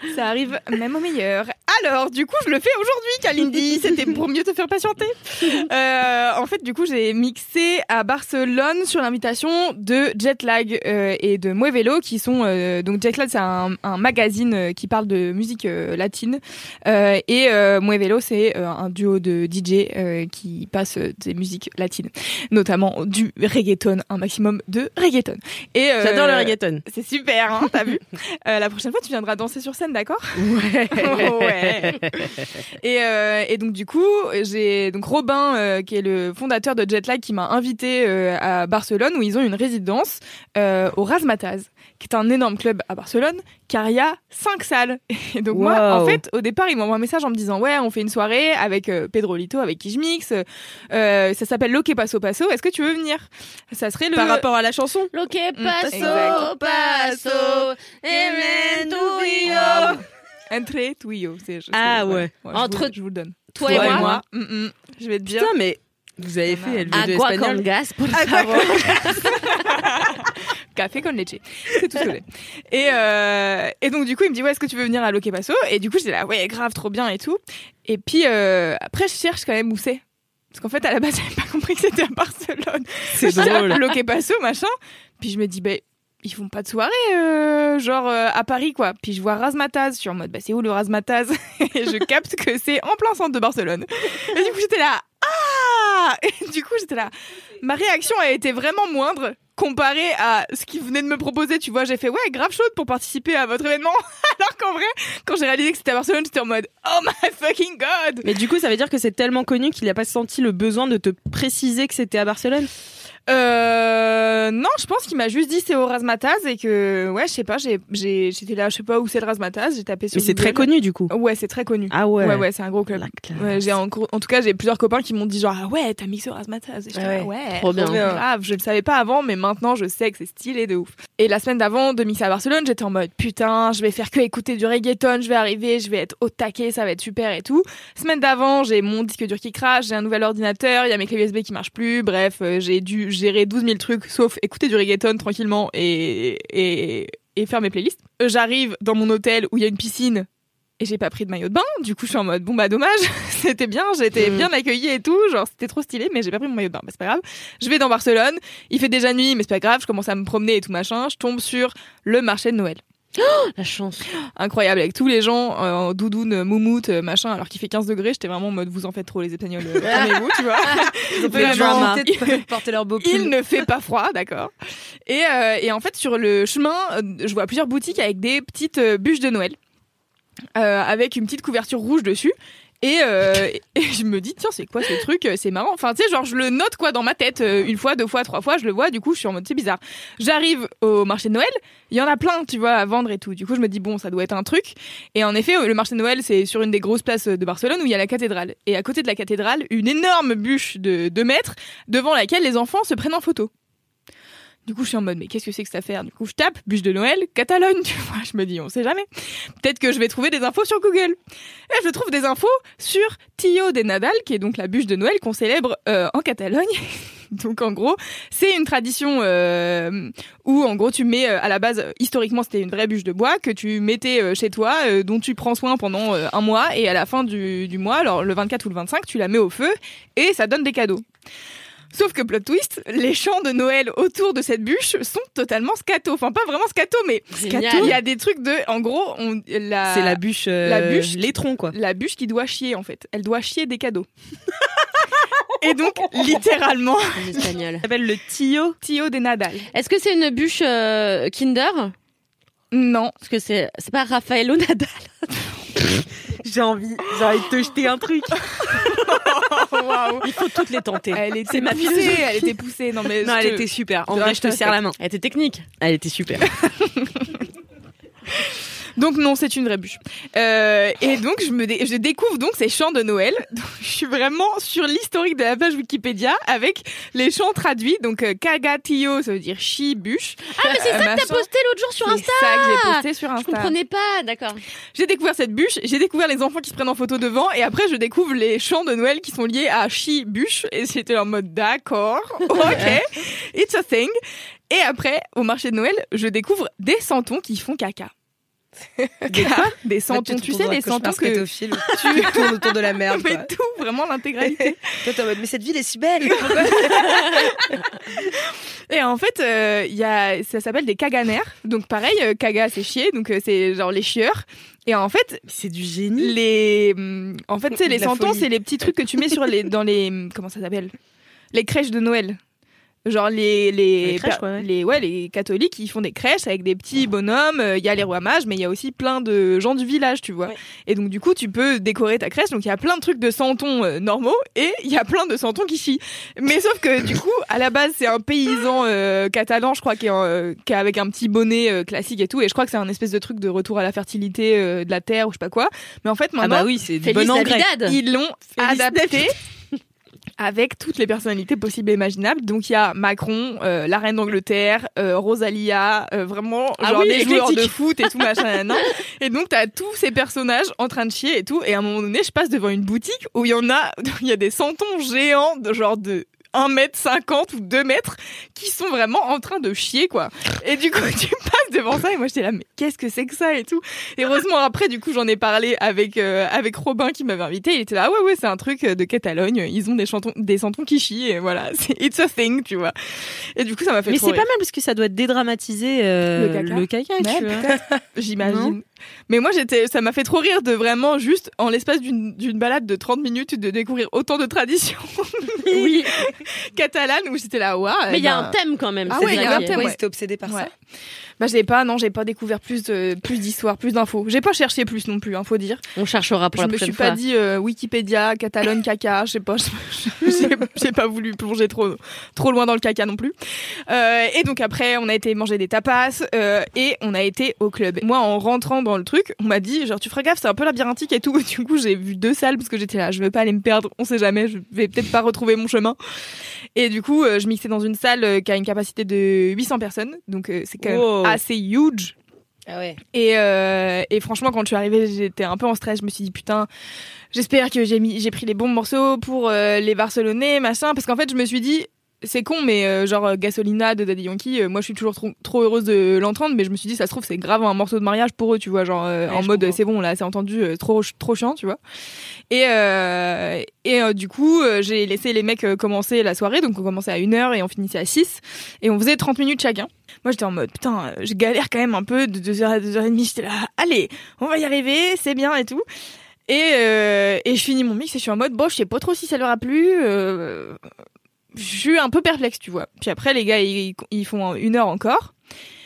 Ça arrive même au meilleur. Alors, du coup, je le fais aujourd'hui, Kalindi. C'était pour mieux te faire patienter. Euh, en fait, du coup, j'ai mixé à Barcelone sur l'invitation de Jetlag euh, et de Muevelo, qui sont euh, donc Jetlag, c'est un, un magazine qui parle de musique euh, latine, euh, et euh, Muevelo, c'est euh, un duo de D J euh, qui passe des musiques latines, notamment du reggaeton, un maximum de reggaeton. Et euh, J'adore le reggaeton. C'est super, hein, t'as vu. Euh, la prochaine fois, tu viendras danser sur scène, d'accord? Ouais. Ouais. Et, euh, et donc du coup, j'ai donc Robin, euh, qui est le fondateur de Jetlag, qui m'a invité euh, à Barcelone, où ils ont une résidence euh, au Razzmatazz, qui est un énorme club à Barcelone, car il y a cinq salles. Et donc Wow. moi, en fait, au départ, ils m'envoient un message en me disant ouais, on fait une soirée avec euh, Pedro Lito, avec qui je mixe. Euh, ça s'appelle Lo que paso paso. Est-ce que tu veux venir? Ça serait le Par rapport à la chanson. Lo que paso, exact. paso, en tuyo. Entre tu y yo. C'est- je- Ah c'est- ouais. je Entre vous, je vous le donne. Toi et moi. Mm, mm. Je vais te dire. Putain, mais vous avez fait L V deux Agua espagnol. con gas, por Agua favor. Café con leche. C'est tout ce que j'ai. Et, euh, et donc, du coup, il me dit, ouais, est-ce que tu veux venir à Lo que paso? Et du coup, j'étais là, ouais, grave, trop bien et tout. Et puis, euh, après, je cherche quand même où c'est. Parce qu'en fait, à la base, j'avais pas compris que c'était à Barcelone. C'est Je tape drôle. Lo que paso, machin. Puis je me dis, bah, ils font pas de soirée, euh, genre euh, à Paris, quoi. Puis je vois Razzmatazz, je suis en mode, bah, c'est où le Razzmatazz? Et je capte que c'est en plein centre de Barcelone. Et du coup, j'étais là, ah! Et du coup, j'étais là. Ma réaction a été vraiment moindre comparée à ce qu'ils venaient de me proposer. Tu vois, j'ai fait, ouais, grave chaude pour participer à votre événement. Alors qu'en vrai, quand j'ai réalisé que c'était à Barcelone, j'étais en mode, oh my fucking god! Mais du coup, ça veut dire que c'est tellement connu qu'il a pas senti le besoin de te préciser que c'était à Barcelone. Euh, non, je pense qu'il m'a juste dit c'est au Razzmatazz et que, ouais, je sais pas, j'ai, j'ai, j'étais là, je sais pas où c'est le Razzmatazz, j'ai tapé sur Mais c'est Google. très connu du coup. Ouais, c'est très connu. Ah ouais. Ouais, ouais, c'est un gros club. La classe. Ouais, j'ai en, en tout cas, j'ai plusieurs copains qui m'ont dit genre, ah ouais, t'as mixé au Razzmatazz. Et j'étais Ah là, ouais, trop bien. grave, je le savais pas avant, mais maintenant je sais que c'est stylé de ouf. Et la semaine d'avant de mixer à Barcelone, j'étais en mode, putain, je vais faire que écouter du reggaeton, je vais arriver, je vais être au taquet, ça va être super et tout. Semaine d'avant, j'ai mon disque dur qui crache, j'ai un nouvel ordinateur, il y a mes clés U S B qui marchent plus, bref, euh, j'ai dû gérer douze mille trucs, sauf écouter du reggaeton tranquillement et, et, et faire mes playlists. Euh, J'arrive dans mon hôtel où il y a une piscine et j'ai pas pris de maillot de bain. Du coup, je suis en mode, bon bah dommage, c'était bien, j'ai été Mm. bien accueillie et tout, genre c'était trop stylé, mais j'ai pas pris mon maillot de bain. Bah, c'est pas grave. Je vais dans Barcelone, il fait déjà nuit, mais c'est pas grave, je commence à me promener et tout machin, je tombe sur le marché de Noël. La chance. Incroyable, avec tous les gens euh, en doudoune, moumoute, euh, machin, alors qu'il fait quinze degrés, j'étais vraiment en mode, vous en faites trop les Espagnols, euh, calmez-vous, tu vois. Ils ont fait le Vraiment. drama. porter leur beau Il ne fait pas froid, d'accord. Et, euh, et en fait, sur le chemin, euh, je vois plusieurs boutiques avec des petites euh, bûches de Noël, euh, avec une petite couverture rouge dessus. Et, euh, et je me dis, tiens, c'est quoi ce truc? C'est marrant. Enfin, tu sais, genre, je le note, quoi, dans ma tête. euh, Une fois, deux fois, trois fois, je le vois. Du coup, je suis en mode, c'est bizarre. J'arrive au marché de Noël. Il y en a plein, tu vois, à vendre et tout. Du coup, je me dis, bon, ça doit être un truc. Et en effet, le marché de Noël, c'est sur une des grosses places de Barcelone où il y a la cathédrale. Et à côté de la cathédrale, une énorme bûche de deux mètres devant laquelle les enfants se prennent en photo. Du coup, je suis en mode, mais qu'est-ce que c'est que cette affaire? Du coup, je tape, bûche de Noël, Catalogne, tu vois. Je me dis, on sait jamais. Peut-être que je vais trouver des infos sur Google. Et je trouve des infos sur Tio de Nadal, qui est donc la bûche de Noël qu'on célèbre euh, en Catalogne. Donc, en gros, c'est une tradition euh, où, en gros, tu mets, euh, à la base, historiquement, c'était une vraie bûche de bois que tu mettais euh, chez toi, euh, dont tu prends soin pendant euh, un mois. Et à la fin du, du mois, alors le vingt-quatre ou le vingt-cinq, tu la mets au feu et ça donne des cadeaux. Sauf que plot twist, les chants de Noël autour de cette bûche sont totalement scato. Enfin, pas vraiment scato, mais Génial. il y a des trucs de, en gros, on, la, C'est la bûche. euh, la bûche- L'étron quoi. la bûche qui doit chier, en fait. Elle doit chier des cadeaux. Et donc, littéralement, En espagnol. Ça s'appelle le Tio. Tio de Nadal. Est-ce que c'est une bûche euh, Kinder? Non. Parce que c'est c'est pas Rafaelo Nadal. J'ai envie, j'ai envie de te jeter un truc. Waouh. Il faut toutes les tenter. Elle était C'est ma poussée, philosophie. elle était poussée. Non, mais Non, je elle te- était super. En de vrai, je te respect. serre la main. Elle était technique. Elle était super. Donc non, c'est une vraie bûche. Euh, et donc je me dé- je découvre donc ces chants de Noël. Donc, je suis vraiment sur l'historique de la page Wikipédia avec les chants traduits. Donc euh, Cagatillo, ça veut dire chi bûche. Ah, mais c'est ça Euh, que t'as machin. posté l'autre jour sur C'est Insta. ça que j'ai posté sur Je Insta. comprenais pas, d'accord. J'ai découvert cette bûche, j'ai découvert les enfants qui se prennent en photo devant, et après je découvre les chants de Noël qui sont liés à chi bûche. Et j'étais en mode d'accord, ok, it's a thing. Et après, au marché de Noël, je découvre des santons qui font caca. Des quoi? Des santons, tu, tu sais, les santons que tu tournes autour de la merde. mais quoi. tout, vraiment l'intégralité. Toi, t'es en mode, mais cette ville est si belle. Pourquoi Et en fait, il euh, y a, ça s'appelle des caganer. Donc pareil, euh, caga c'est chier, donc euh, c'est genre les chieurs. Et en fait, c'est du génie. Les, en fait, tu sais, les La santons, folie. c'est les petits trucs que tu mets sur les, dans les, comment ça s'appelle, les crèches de Noël. Genre les les Les crèches, ouais, ouais. les ouais les catholiques ils font des crèches avec des petits bonhommes, il euh, y a les rois mages mais il y a aussi plein de gens du village, tu vois. Ouais. Et donc du coup tu peux décorer ta crèche, donc il y a plein de trucs de santons euh, normaux et il y a plein de santons qui chient. Mais sauf que du coup à la base c'est un paysan euh, catalan je crois qui est, euh, qui est avec un petit bonnet euh, classique et tout, et je crois que c'est un espèce de truc de retour à la fertilité euh, de la terre ou je sais pas quoi. Mais en fait Ah maintenant bah oui, c'est du Félix bon engrais. Navidad. ils l'ont Félix adapté avec toutes les personnalités possibles et imaginables. Donc il y a Macron, euh, la reine d'Angleterre, euh, Rosalia, euh, vraiment Ah genre oui, des joueurs de éclectique. foot et tout machin. Nan. Et donc t'as tous ces personnages en train de chier et tout. Et à un moment donné, je passe devant une boutique où il y en a, il y a des santons géants de genre de un mètre cinquante ou deux mètres qui sont vraiment en train de chier quoi. Et du coup tu passes devant ça et moi j'étais là mais qu'est-ce que c'est que ça et tout. Et heureusement après du coup j'en ai parlé avec euh, avec Robin qui m'avait invité, il était là ah ouais ouais c'est un truc de Catalogne, ils ont des chantons des santons qui chient et voilà, c'est it's a thing tu vois. Et du coup ça m'a fait Mais trop c'est rire. pas mal parce que ça doit dédramatiser euh, Le caca. le caca, Ouais, tu vois. peut-être, j'imagine. Mais moi j'étais ça m'a fait trop rire de vraiment juste en l'espace d'une d'une balade de trente minutes de découvrir autant de traditions Oui. catalanes où j'étais là waouh. Mais il y a ben, un thème quand même. Ah c'est ouais, il y ça a un qui est- thème, Pourquoi ouais. ils étaient obsédés par Ouais. ça? Bah j'ai pas non j'ai pas découvert plus de plus d'histoires, plus d'infos. J'ai pas cherché plus non plus, hein, faut dire. On cherchera pour Je la me prochaine suis fois. pas dit euh, Wikipédia, Catalogne, caca, je sais pas. J'ai j'ai pas voulu plonger trop trop loin dans le caca non plus. Euh, et donc après on a été manger des tapas euh, et on a été au club. Moi en rentrant dans le truc, on m'a dit genre tu feras gaffe, c'est un peu labyrinthique et tout. Du coup j'ai vu deux salles parce que j'étais là, je veux pas aller me perdre, on sait jamais, je vais peut-être pas retrouver mon chemin. Et du coup euh, je mixais dans une salle euh, qui a une capacité de huit cents personnes, donc euh, c'est quand même Wow. assez huge. Ah ouais. Et, euh, et franchement, quand je suis arrivée, j'étais un peu en stress. Je me suis dit, putain, j'espère que j'ai mis, j'ai pris les bons morceaux pour euh, les Barcelonais, machin. Parce qu'en fait, je me suis dit, c'est con, mais euh, genre Gasolina de Daddy Yankee, euh, moi je suis toujours trop, trop heureuse de l'entendre, mais je me suis dit, ça se trouve, c'est grave un morceau de mariage pour eux, tu vois. Genre euh, Ouais, en je mode, comprends. c'est bon, là, c'est entendu, euh, trop, trop chiant, tu vois. Et, euh, et euh, du coup, euh, j'ai laissé les mecs euh, commencer la soirée, donc on commençait à une heure et on finissait à six. Et on faisait trente minutes chacun. Moi, j'étais en mode, putain, euh, je galère quand même un peu, de deux heures à deux heures trente, j'étais là, allez, on va y arriver, c'est bien et tout. Et, euh, et je finis mon mix et je suis en mode, bon, je sais pas trop si ça leur a plu, euh, je suis un peu perplexe, tu vois. Puis après, les gars, ils, ils font une heure encore.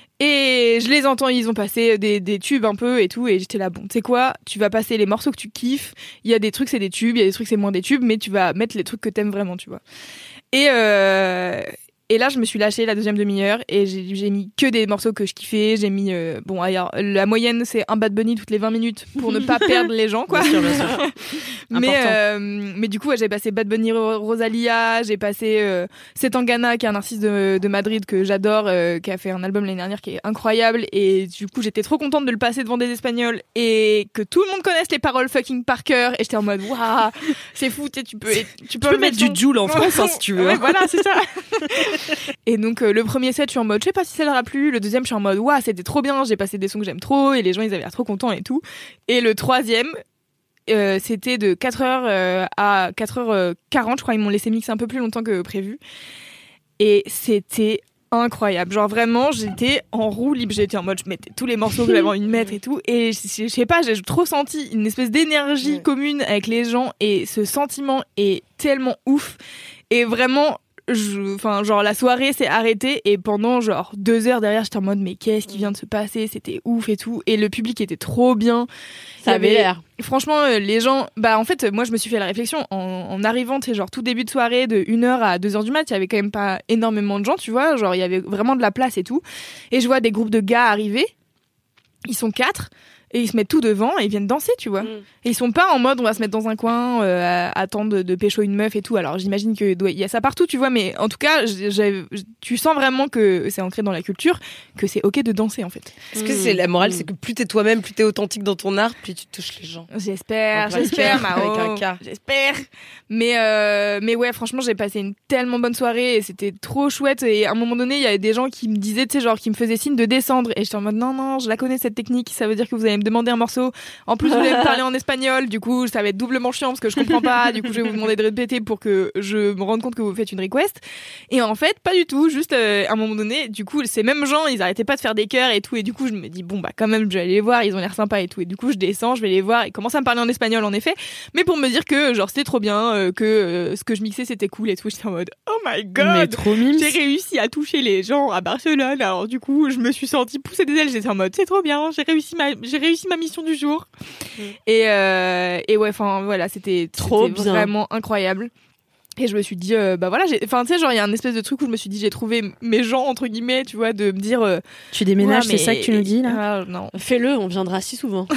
Et je les entends, ils ont passé des, des tubes un peu et tout, et j'étais là, bon, tu sais quoi, tu vas passer les morceaux que tu kiffes, il y a des trucs c'est des tubes, il y a des trucs c'est moins des tubes, mais tu vas mettre les trucs que t'aimes vraiment, tu vois. Et, euh, et là, je me suis lâchée la deuxième demi-heure, et j'ai, j'ai mis que des morceaux que je kiffais, j'ai mis, euh, bon, alors, la moyenne c'est un Bad Bunny toutes les vingt minutes, pour ne pas perdre les gens, quoi. Bien sûr, bien sûr. mais, Important. euh, mais du coup, ouais, j'ai passé Bad Bunny Ro- Rosalia, j'ai passé euh, Setangana, qui est un artiste de, de Madrid que j'adore, euh, qui a fait un album l'année dernière qui est incroyable. Et du coup, j'étais trop contente de le passer devant des Espagnols et que tout le monde connaisse les paroles fucking par cœur. Et j'étais en mode, waouh, c'est fou, tu sais, tu peux, tu peux, Tu peux mettre du Jul en France, hein, si tu veux. Ouais, voilà, c'est ça. Et donc, euh, le premier set, je suis en mode, je sais pas si ça leur a plu. Le deuxième, je suis en mode, waouh, c'était trop bien, j'ai passé des sons que j'aime trop et les gens, ils avaient l'air trop contents et tout. Et le troisième, Euh, c'était de quatre heures euh, à quatre heures quarante, je crois. Ils m'ont laissé mixer un peu plus longtemps que prévu. Et c'était incroyable. Genre vraiment, j'étais en roue libre. J'étais en mode, je mettais tous les morceaux que j'avais envie de mettre et tout. Et je, je, je sais pas, j'ai trop senti une espèce d'énergie Ouais. commune avec les gens. Et ce sentiment est tellement ouf. Et vraiment... Je, enfin, genre, la soirée s'est arrêtée et pendant, genre, deux heures derrière, j'étais en mode, mais qu'est-ce qui vient de se passer? C'était ouf et tout. Et le public était trop bien. Ça Il y avait l'air. Franchement, euh, les gens, bah, en fait, moi, je me suis fait la réflexion en, en arrivant, tu sais, genre, tout début de soirée, de une heure à deux heures du mat, il y avait quand même pas énormément de gens, tu vois. Genre, il y avait vraiment de la place et tout. Et je vois des groupes de gars arriver. Ils sont quatre. et ils se mettent tout devant et ils viennent danser, tu vois. Mm. Et ils sont pas en mode on va se mettre dans un coin euh, à attendre de, de pécho une meuf et tout. Alors j'imagine que il y a ça partout, tu vois, mais en tout cas, j'ai, j'ai, tu sens vraiment que c'est ancré dans la culture, que c'est ok de danser en fait. Est-ce que c'est la morale, c'est que plus t'es toi-même, plus t'es authentique dans ton art, plus tu touches les gens. J'espère, j'espère, Mao, avec un K. J'espère. Mais euh, mais ouais, franchement, j'ai passé une tellement bonne soirée et c'était trop chouette. Et à un moment donné, il y avait des gens qui me disaient, tu sais, genre qui me faisaient signe de descendre. Et j'étais en mode non non, je la connais cette technique. Ça veut dire que vous allez me demander un morceau. En plus, vous allez me parler en espagnol. Du coup, ça va être doublement chiant parce que je comprends pas. Du coup, je vais vous demander de répéter pour que je me rende compte que vous faites une request. Et en fait, pas du tout. Juste euh, à un moment donné, du coup, ces mêmes gens, ils arrêtaient pas de faire des chœurs et tout. Et du coup, je me dis bon bah quand même, je vais aller les voir. Ils ont l'air sympas et tout. Et du coup, je descends, je vais les voir. Ils commencent à me parler en espagnol en effet, mais pour me dire que genre c'était trop bien, euh, que euh, ce que je mixais c'était cool et tout. J'étais en mode oh my god, mais trop mimes. J'ai réussi à toucher les gens à Barcelone. Alors du coup, je me suis sentie pousser des ailes. J'étais en mode c'est trop bien, j'ai réussi ma j'ai réussi ma mission du jour. Mm. Et euh, et ouais, enfin voilà, c'était trop bien, vraiment incroyable. Et je me suis dit euh, bah voilà, j'ai enfin tu sais genre il y a un espèce de truc où je me suis dit j'ai trouvé mes gens entre guillemets, tu vois, de me dire euh, tu déménages, ouais, mais... c'est ça que tu nous dis là. Ah, non. Fais-le, on viendra si souvent.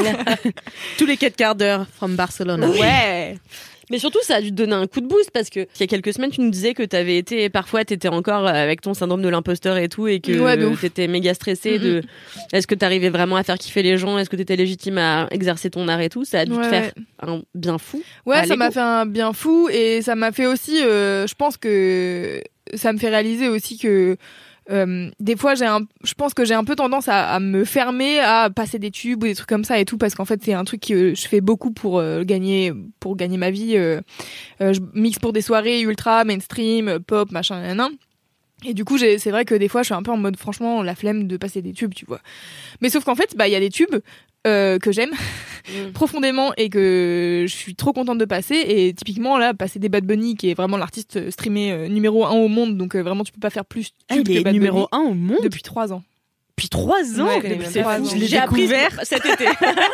Tous les quatre quarts d'heure from Barcelone. Ouais. Mais surtout, ça a dû te donner un coup de boost parce que il y a quelques semaines, tu nous disais que t'avais été, parfois, t'étais encore avec ton syndrome de l'imposteur et tout, et que ouais, t'étais méga stressée. Mm-hmm. De, est-ce que t'arrivais vraiment à faire kiffer les gens? Est-ce que t'étais légitime à exercer ton art et tout? Ça a dû ouais, te faire ouais. un bien fou. Ouais, ça m'a fait un bien fou et ça m'a fait aussi, euh, je pense que ça me fait réaliser aussi que Euh, des fois j'ai un je pense que j'ai un peu tendance à, à me fermer à passer des tubes ou des trucs comme ça et tout parce qu'en fait c'est un truc que je fais beaucoup pour euh, gagner pour gagner ma vie euh, euh, je mixe pour des soirées ultra mainstream pop machin nan, et du coup j'ai, c'est vrai que des fois je suis un peu en mode franchement la flemme de passer des tubes, tu vois, mais sauf qu'en fait bah il y a des tubes Euh, que j'aime mmh. profondément et que je suis trop contente de passer, et typiquement là passer des Bad Bunny qui est vraiment l'artiste streamé euh, numéro un au monde, donc euh, vraiment tu peux pas faire plus ah, il est que Bad numéro Bunny un au monde depuis trois ans. Depuis trois ans, ouais, c'est trois ans. Je l'ai découvert cet été.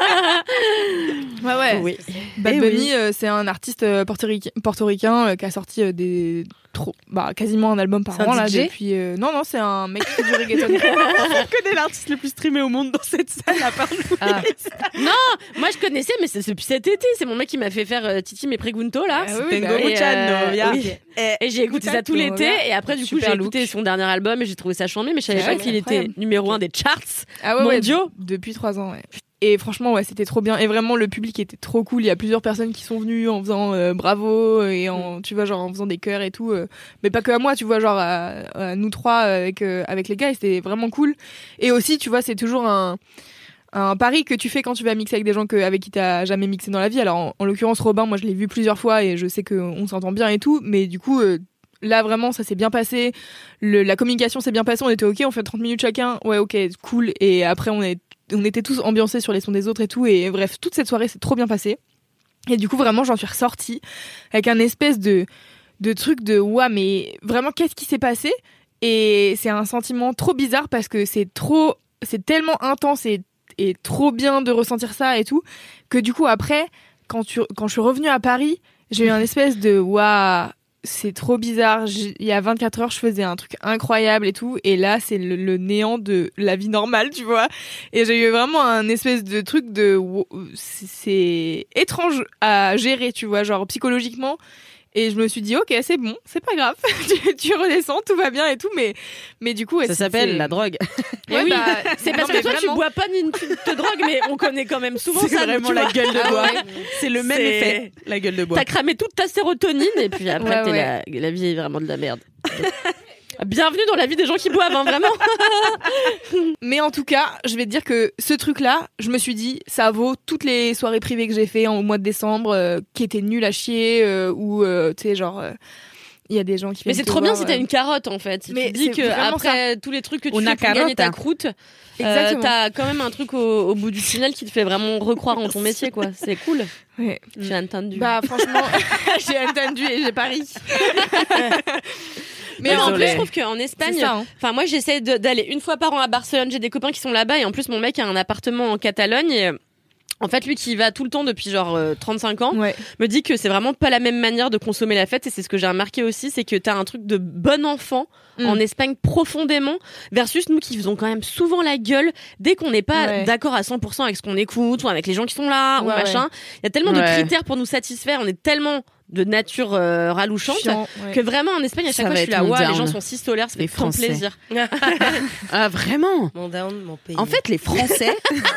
ouais ouais. Oui. Bad Et Bunny oui. euh, c'est un artiste euh, portoricain, portoricain euh, qui a sorti euh, des trop bah quasiment un album par c'est an un là D J depuis euh... non non c'est un mec qui fait du reggaeton. Je connais l'artiste le plus streamé au monde dans cette salle à part nous. Ah. Non, moi je connaissais, mais c'est depuis cet été. C'est mon mec qui m'a fait faire euh, Titi mes Pregunto là. Ah oui, Tengo bah, Muchano, euh, oui. Et, et j'ai écouté ça tout l'été, et après du coup j'ai écouté son dernier album et j'ai trouvé ça chambé, mais je savais ouais, pas qu'il était numéro un des charts ah ouais, mondiaux ouais, depuis trois ans. Ouais. Et franchement, ouais, c'était trop bien. Et vraiment, le public était trop cool. Il y a plusieurs personnes qui sont venues en faisant euh, bravo et en, tu vois, genre en faisant des chœurs et tout. Euh, mais pas que à moi, tu vois, genre à, à nous trois avec euh, avec les gars. Et c'était vraiment cool. Et aussi, tu vois, c'est toujours un un pari que tu fais quand tu vas mixer avec des gens que, avec qui t'as jamais mixé dans la vie. Alors, en, en l'occurrence, Robin, moi, je l'ai vu plusieurs fois et je sais qu'on s'entend bien et tout. Mais du coup. Euh, Là vraiment ça s'est bien passé, le, la communication s'est bien passée, on était ok, on fait trente minutes chacun, ouais ok cool, et après on, est, on était tous ambiancés sur les sons des autres et tout, et bref toute cette soirée s'est trop bien passée, et du coup vraiment j'en suis ressortie avec un espèce de, de truc de ouah mais vraiment qu'est-ce qui s'est passé, et c'est un sentiment trop bizarre parce que c'est trop, c'est tellement intense et, et trop bien de ressentir ça et tout, que du coup après quand, tu, quand je suis revenue à Paris j'ai eu un espèce de ouah c'est trop bizarre. J'ai, il y a vingt-quatre heures, je faisais un truc incroyable et tout. Et là, c'est le, le néant de la vie normale, tu vois. Et j'ai eu vraiment un espèce de truc de... C'est, c'est étrange à gérer, tu vois, genre psychologiquement. Et je me suis dit, ok, c'est bon, c'est pas grave. tu, tu redescends, tout va bien et tout. Mais, mais du coup... Ça c'est, s'appelle c'est... la drogue. Ouais, oui, bah, c'est parce non, que toi vraiment... tu bois pas ni tu te drogues, mais on connaît quand même souvent c'est ça. vraiment tu la vois. gueule de bois. Ah ouais. C'est le même C'est... effet, la gueule de bois. T'as cramé toute ta sérotonine et puis après ouais, t'es ouais. La... la vie est vraiment de la merde. Bienvenue dans la vie des gens qui boivent, hein, vraiment. Mais en tout cas, je vais te dire que ce truc-là, je me suis dit, ça vaut toutes les soirées privées que j'ai fait en, au mois de décembre, euh, qui étaient nulles à chier, euh, ou euh, tu sais, genre, il euh, y a des gens qui. Mais c'est trop bien si t'as une carotte en fait. Si mais tu dis que après tous les trucs que tu Una fais pour carotte. gagner ta croûte, euh, t'as quand même un truc au, au bout du tunnel qui te fait vraiment recroire en ton métier, quoi. C'est cool. Ouais. J'ai entendu. Bah franchement, j'ai entendu et j'ai pas ri. Mais en Désolée. plus, je trouve qu'en Espagne, enfin hein. moi, j'essaie de, d'aller une fois par an à Barcelone. J'ai des copains qui sont là-bas et en plus, mon mec a un appartement en Catalogne. Et En fait, lui qui y va tout le temps depuis genre euh, trente-cinq ans, Ouais. me dit que c'est vraiment pas la même manière de consommer la fête. Et c'est ce que j'ai remarqué aussi, c'est que t'as un truc de bon enfant Mm. en Espagne profondément, versus nous qui faisons quand même souvent la gueule dès qu'on n'est pas Ouais. d'accord à cent pour cent avec ce qu'on écoute ou avec les gens qui sont là ou Ouais, machin. Il y a tellement de Ouais. critères pour nous satisfaire. On est tellement de nature euh, ralouchante Chiant, ouais. que vraiment en Espagne à chaque Ça fois va je suis être là, mon ouais, les down. gens sont si solaires, ça fait Les tant Français. plaisir. Ah, vraiment? Mon down, mon pays. En fait, les Français.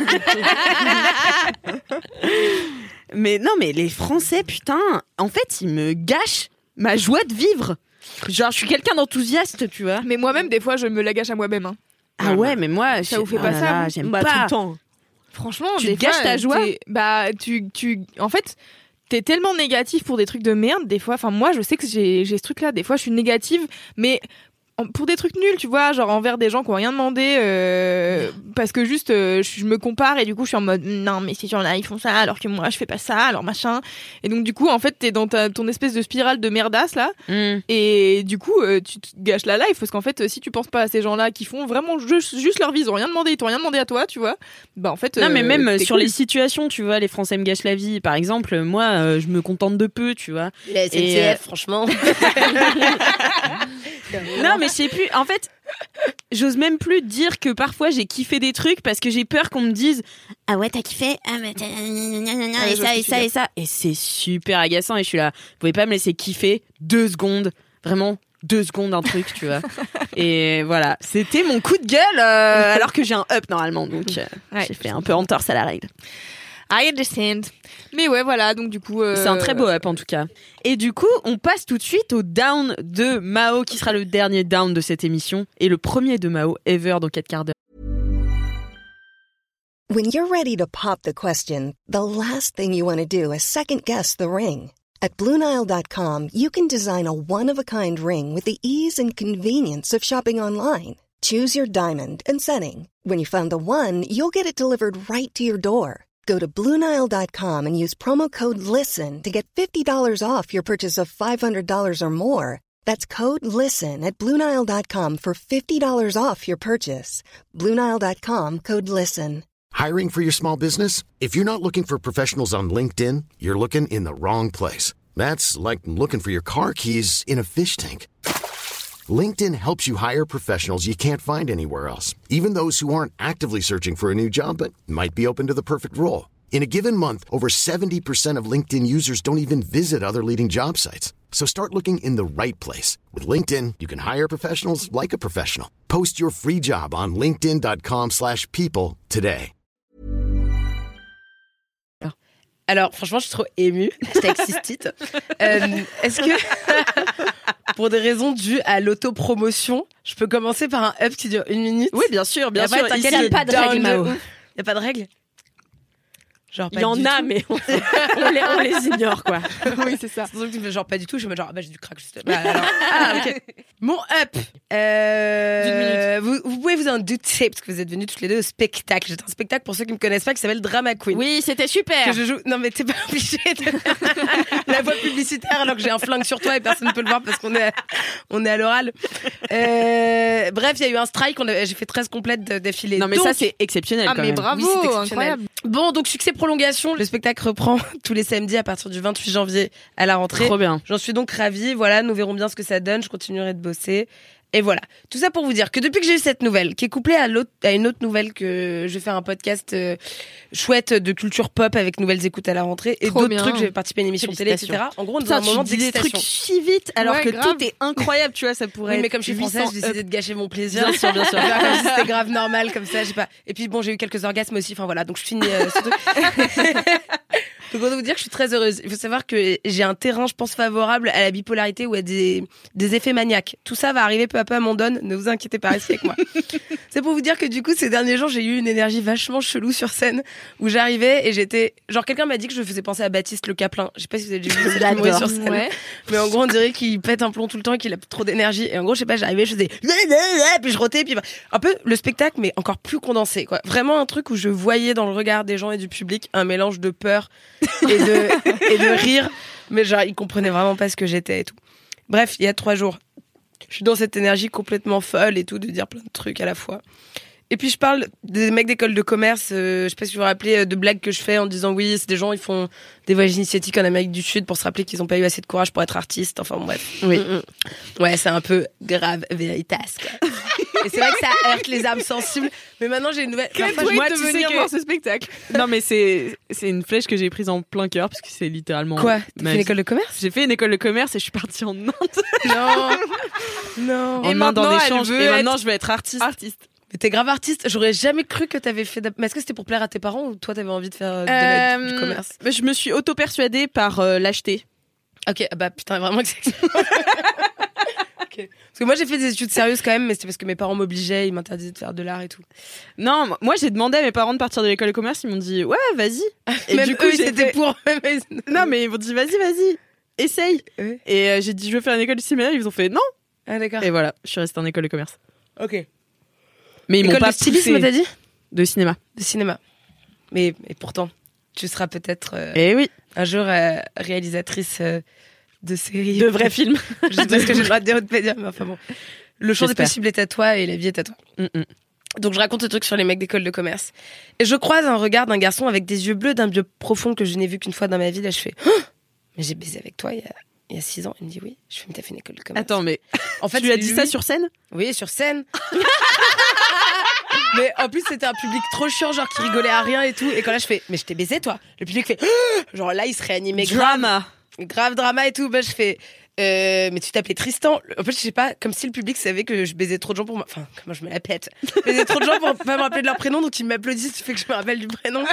mais non, mais les Français, putain, en fait, ils me gâchent ma joie de vivre. Genre, je suis quelqu'un d'enthousiaste, tu vois. Mais moi-même, des fois, je me la gâche à moi-même. Hein. Ah ouais, mais moi, Ça je- vous fait oh pas là ça, là, vous j'aime Bah, pas. tout le temps. Franchement, Tu des te gâches fois, ta joie. t'es- Bah, tu, tu, en fait, t'es tellement négatif pour des trucs de merde. Des fois, enfin, moi, je sais que j'ai, j'ai ce truc-là. Des fois, je suis négative, mais en- pour des trucs nuls, tu vois, genre envers des gens qui ont rien demandé, euh, parce que juste, euh, je me compare et du coup, je suis en mode, non, mais ces gens-là, ils font ça, alors que moi, je fais pas ça, alors machin. Et donc, du coup, en fait, t'es dans ta, ton espèce de spirale de merdasse là. Mm. Et du coup, euh, tu te gâches la life parce qu'en fait, euh, si tu penses pas à ces gens-là qui font vraiment juste, juste leur vie, ils ont rien demandé, ils t'ont rien demandé à toi, tu vois. Bah en fait. Non, mais euh, même euh, t'es sur cool. les situations, tu vois, les Français me gâchent la vie. Par exemple, moi, euh, je me contente de peu, tu vois. La S N C F, Et, euh, franchement. Non, mais je sais plus. En fait, j'ose même plus dire que parfois j'ai kiffé des trucs parce que j'ai peur qu'on me dise ah ouais, t'as kiffé, ah mais t'as Ouais, et je vois ça ce et que tu ça veux et ça et c'est super agaçant et je suis là. Vous pouvez pas me laisser kiffer deux secondes, vraiment deux secondes un truc, tu vois. Et voilà, c'était mon coup de gueule euh, alors que j'ai un up normalement, donc euh, Ouais. j'ai fait un peu entorse à la règle. I understand. Mais ouais, voilà, donc du coup. euh, C'est un très beau up en tout cas. Et du coup, on passe tout de suite au down de Mao qui sera le dernier down de cette émission et le premier de Mao ever dans quatre quarts d'heure. When you're ready to pop the question, the last thing you want to do is second-guess the ring. At Blue Nile dot com, you can design a one-of-a-kind ring with the ease and convenience of shopping online. Choose your diamond and setting. When you find the one, you'll get it delivered right to your door. Go to Blue Nile dot com and use promo code LISTEN to get fifty dollars off your purchase of five hundred dollars or more. That's code LISTEN at Blue Nile dot com for fifty dollars off your purchase. Blue Nile dot com, code LISTEN. Hiring for your small business? If you're not looking for professionals on LinkedIn, you're looking in the wrong place. That's like looking for your car keys in a fish tank. LinkedIn helps you hire professionals you can't find anywhere else, even those who aren't actively searching for a new job but might be open to the perfect role. In a given month, over seventy percent of LinkedIn users don't even visit other leading job sites. So start looking in the right place. With LinkedIn, you can hire professionals like a professional. Post your free job on linkedin dot com slash people today. Alors, franchement, je suis trop émue. Hashtag cystite. Euh, Est-ce que, pour des raisons dues à l'autopromotion, je peux commencer par un up qui dure une minute? Oui, bien sûr, bien Et après, sûr. t'inquiète, il y a le pas de down règle, Mao. ouf. Il y a pas de règle? Genre, Il pas y en du a, tout. mais on, on les, on les ignore, quoi. Oui, c'est ça. C'est pour ça que tu me fais genre pas du tout. Je me dis genre, ah bah j'ai du crack juste. Bah, alors. Ah, ok. Mon up. Euh, vous, vous pouvez vous en douter parce que vous êtes venus toutes les deux au spectacle. J'ai un spectacle pour ceux qui me connaissent pas qui s'appelle Drama Queen. Oui, c'était super. Que je joue. Non mais t'es pas obligé de la voix publicitaire alors que j'ai un flingue sur toi et personne ne peut le voir parce qu'on est à, on est à l'oral. Euh, bref, il y a eu un strike. On a, j'ai fait treize complètes de- d'affilée. Non, mais Donc, ça, c'est exceptionnel Ah, quand mais même. bravo, Oui, c'est exceptionnel. incroyable. Bon, donc succès prolongation. Le spectacle reprend tous les samedis à partir du vingt-huit janvier à la rentrée. Trop bien. J'en suis donc ravie. Voilà, nous verrons bien ce que ça donne. Je continuerai de bosser. Et voilà. Tout ça pour vous dire que depuis que j'ai eu cette nouvelle, qui est couplée à, l'autre, à une autre nouvelle que je vais faire un podcast euh, chouette de culture pop avec nouvelles écoutes à la rentrée et Trop d'autres bien. trucs, je vais participer à une émission de télé, et cetera. En gros, on est dans Putain, un moment tu dis des d'excitation. trucs si vite alors Ouais, que grave. tout est incroyable, tu vois, ça pourrait Oui, mais être comme je suis huit française, cents j'ai up. décidé de gâcher mon plaisir. Bien sûr, bien sûr. Faire comme si c'était grave normal, comme ça, j'ai pas. Et puis bon, j'ai eu quelques orgasmes aussi. Enfin voilà, donc je finis euh, ce truc. Donc on doit vous dire que je suis très heureuse. Il faut savoir que j'ai un terrain, je pense, favorable à la bipolarité ou à des, des effets maniaques. Tout ça va arriver peu à peu à mon donne. Ne vous inquiétez pas, restez avec moi. C'est pour vous dire que du coup, ces derniers jours, j'ai eu une énergie vachement chelou sur scène où j'arrivais et j'étais. Genre, quelqu'un m'a dit que je faisais penser à Baptiste Le Caplin. Je sais pas si vous avez déjà vu celle qui mourait sur scène. Ouais. Mais en gros, on dirait qu'il pète un plomb tout le temps et qu'il a trop d'énergie. Et en gros, je sais pas, j'arrivais, je faisais puis je rotais, puis un peu le spectacle, mais encore plus condensé, quoi. Vraiment un truc où je voyais dans le regard des gens et du public un mélange de peur et de, et de rire. Mais genre, ils comprenaient vraiment pas ce que j'étais et tout. Bref, il y a trois jours, je suis dans cette énergie complètement folle et tout, de dire plein de trucs à la fois. Et puis je parle des mecs d'école de commerce, euh, je sais pas si vous vous rappelez euh, de blagues que je fais en disant oui, c'est des gens, ils font des voyages initiatiques en Amérique du Sud pour se rappeler qu'ils ont pas eu assez de courage pour être artistes. Enfin bon, bref. Oui. Ouais, c'est un peu grave, véritas, quoi. Et c'est vrai que ça heurte les âmes sensibles. Mais maintenant, j'ai une nouvelle. Can't Parfois, wait moi, de tu sais venir que- voir ce spectacle. Non, mais c'est c'est une flèche que j'ai prise en plein cœur parce que c'est littéralement. Quoi? T'as ma fait une vie. école de commerce? J'ai fait une école de commerce et je suis partie en Inde. Non. Non. En Et Inde maintenant, en elle échange. veut Et être maintenant, je vais être artiste. Artiste. Mais t'es grave artiste. J'aurais jamais cru que t'avais fait. d'ap- Mais est-ce que c'était pour plaire à tes parents ou toi t'avais envie de faire de la- du Euh, commerce? Je me suis auto-persuadée par euh, l'acheter. Ok, ah bah putain, vraiment que c'est. Ok. Parce que moi j'ai fait des études sérieuses quand même, mais c'était parce que mes parents m'obligeaient, ils m'interdisaient de faire de l'art et tout. Non, m- moi j'ai demandé à mes parents de partir de l'école de commerce, ils m'ont dit ouais, vas-y. Et Même du coup, eux, j'ai c'était fait- pour. Non, mais ils m'ont dit vas-y, vas-y, essaye. Ouais. Et euh, j'ai dit je veux faire une école de cinéma, ils ont fait non. Ah d'accord. Et voilà, je suis restée en école de commerce. Ok. Mais ils m'ont École pas de stylisme, poussée t'as dit? de cinéma. De cinéma. Mais et pourtant, tu seras peut-être euh, Et oui, un jour euh, réalisatrice euh, de séries. de vrais films. Je sais pas ce que j'ai le droit de dire ou de pas dire, mais enfin bon. Le champ des J'espère. possibles est à toi et la vie est à toi. Mm, mm. Donc je raconte ce truc sur les mecs d'école de commerce. Et je croise un regard d'un garçon avec des yeux bleus d'un bleu profond que je n'ai vu qu'une fois dans ma vie. Là je fais oh mais j'ai baisé avec toi il y a, il y a six ans. Il me dit oui. Je fais mais t'as fait une école de commerce. Attends, mais en fait tu lui as c'est dit lui- ça sur scène? Oui, sur scène. Mais en plus c'était un public trop chiant, genre qui rigolait à rien et tout. Et quand là je fais mais je t'ai baisé toi. Le public fait oh genre là il se réanimait grave. Drama. Grave drama et tout. Bah, je fais, euh, mais tu t'appelais Tristan. En fait, je sais pas, comme si le public savait que je baisais trop de gens pour moi. Enfin, comment je me la pète. Je baisais trop de gens pour pas me rappeler de leur prénom, donc ils m'applaudissent, ça fait que je me rappelle du prénom.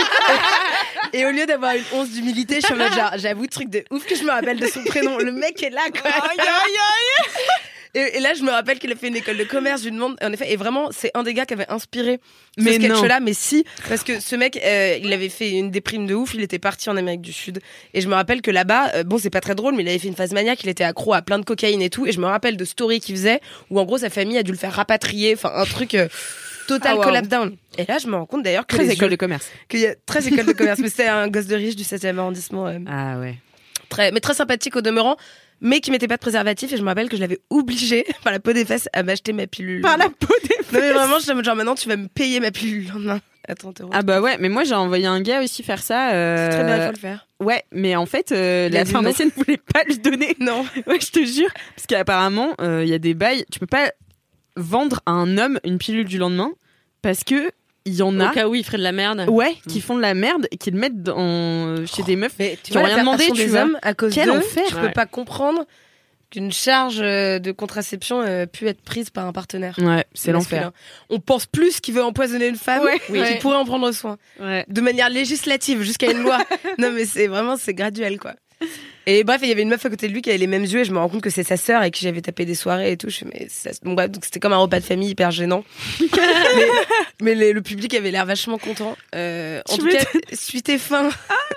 Et au lieu d'avoir une once d'humilité, je suis en mode genre, j'avoue, truc de ouf que je me rappelle de son prénom. Le mec est là, quoi. Aïe, aïe, aïe. Et, et là, je me rappelle qu'il a fait une école de commerce. Je lui demande, en effet, et vraiment, c'est un des gars qui avait inspiré ce Mais sketch-là. Mais si, parce que ce mec, euh, il avait fait une déprime de ouf. Il était parti en Amérique du Sud. Et je me rappelle que là-bas, euh, bon, c'est pas très drôle, mais il avait fait une phase maniaque. Il était accro à plein de cocaïne et tout. Et je me rappelle de stories qu'il faisait où, en gros, sa famille a dû le faire rapatrier. Enfin, un truc euh, total Ah, wow. collapse down. Et là, je me rends compte d'ailleurs que Très les école yeux- de commerce. qu'il y a très école de commerce. Mais c'était un gosse de riche du septième arrondissement. euh, Ah ouais. très, mais très sympathique au demeurant, mais qui mettait pas de préservatif. Et je me rappelle que je l'avais obligé par la peau des fesses à m'acheter ma pilule. Par la peau des Non mais vraiment, je suis en mode genre maintenant tu vas me payer ma pilule le lendemain à trente euros. Ah bah ouais, mais moi j'ai envoyé un gars aussi faire ça. euh, C'est très bien, il faut le faire. Ouais, mais en fait, euh, Il a la dit pharmacienne ne voulait pas le donner. Non. Ouais, je te jure. Parce qu'apparemment, il y a des bails, tu peux pas vendre à un homme une pilule du lendemain parce que il y en Au a. cas où il ferait de la merde. Ouais, qui font de la merde et qui le mettent dans, chez des meufs. Mais tu qui ont vois, rien la demandé, perversion tu des vois. hommes à cause Quel d'eux, enfer. je peux Ouais. pas comprendre qu'une charge euh, de contraception euh, pu être prise par un partenaire. Ouais, c'est masculin. l'enfer. On pense plus qu'il veut empoisonner une femme Ouais, qui ouais. pourrait en prendre soin. Ouais. De manière législative jusqu'à une loi. Non mais c'est vraiment c'est graduel quoi. Et bref, il y avait une meuf à côté de lui qui avait les mêmes yeux et je me rends compte que c'est sa sœur avec qui j'avais tapé des soirées et tout. Je fais, mais ça... donc, bref, donc c'était comme un repas de famille hyper gênant. mais mais les- le public avait l'air vachement content. Euh, en Tu tout cas, m'étonnes. suite et fin.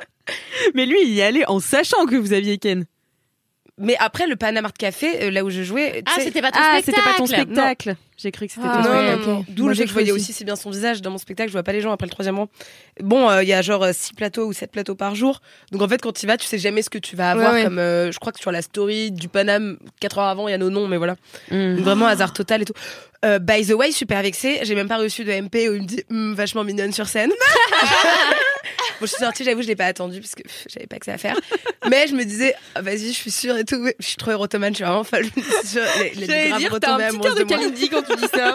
Mais lui, il y allait en sachant que vous aviez Ken. Mais après le Panama Art Café, euh, là où je jouais, tu Ah, sais- c'était pas ton Ah, spectacle. c'était pas ton spectacle. J'ai cru que c'était Ah, ton non, ouais, non, ok. non. D'où Moi, le j'ai fait que je cru voyais aussi. aussi si bien son visage dans mon spectacle. Je vois pas les gens après le troisième rang. Bon, euh, il y a genre euh, six plateaux ou sept plateaux par jour. Donc en fait, quand tu y vas, tu sais jamais ce que tu vas avoir. Ouais, ouais. Comme euh, je crois que sur la story du Paname, quatre heures avant, il y a nos noms, mais voilà. Mmh. Donc, vraiment hasard total et tout. Euh, by the way, super vexée. J'ai même pas reçu de M P où il me dit Hum, vachement mignonne sur scène. Bon, je suis sortie, j'avoue, je l'ai pas attendu parce que pff, j'avais pas que ça à faire. Mais je me disais, ah, vas-y, je suis sûre et tout. Je suis trop érotomane, je suis vraiment folle. Je suis sûre, il a- il a dû J'allais grave dire, t'as retomber un petit cœur amoureuse de moi. Kalindi quand tu dis ça.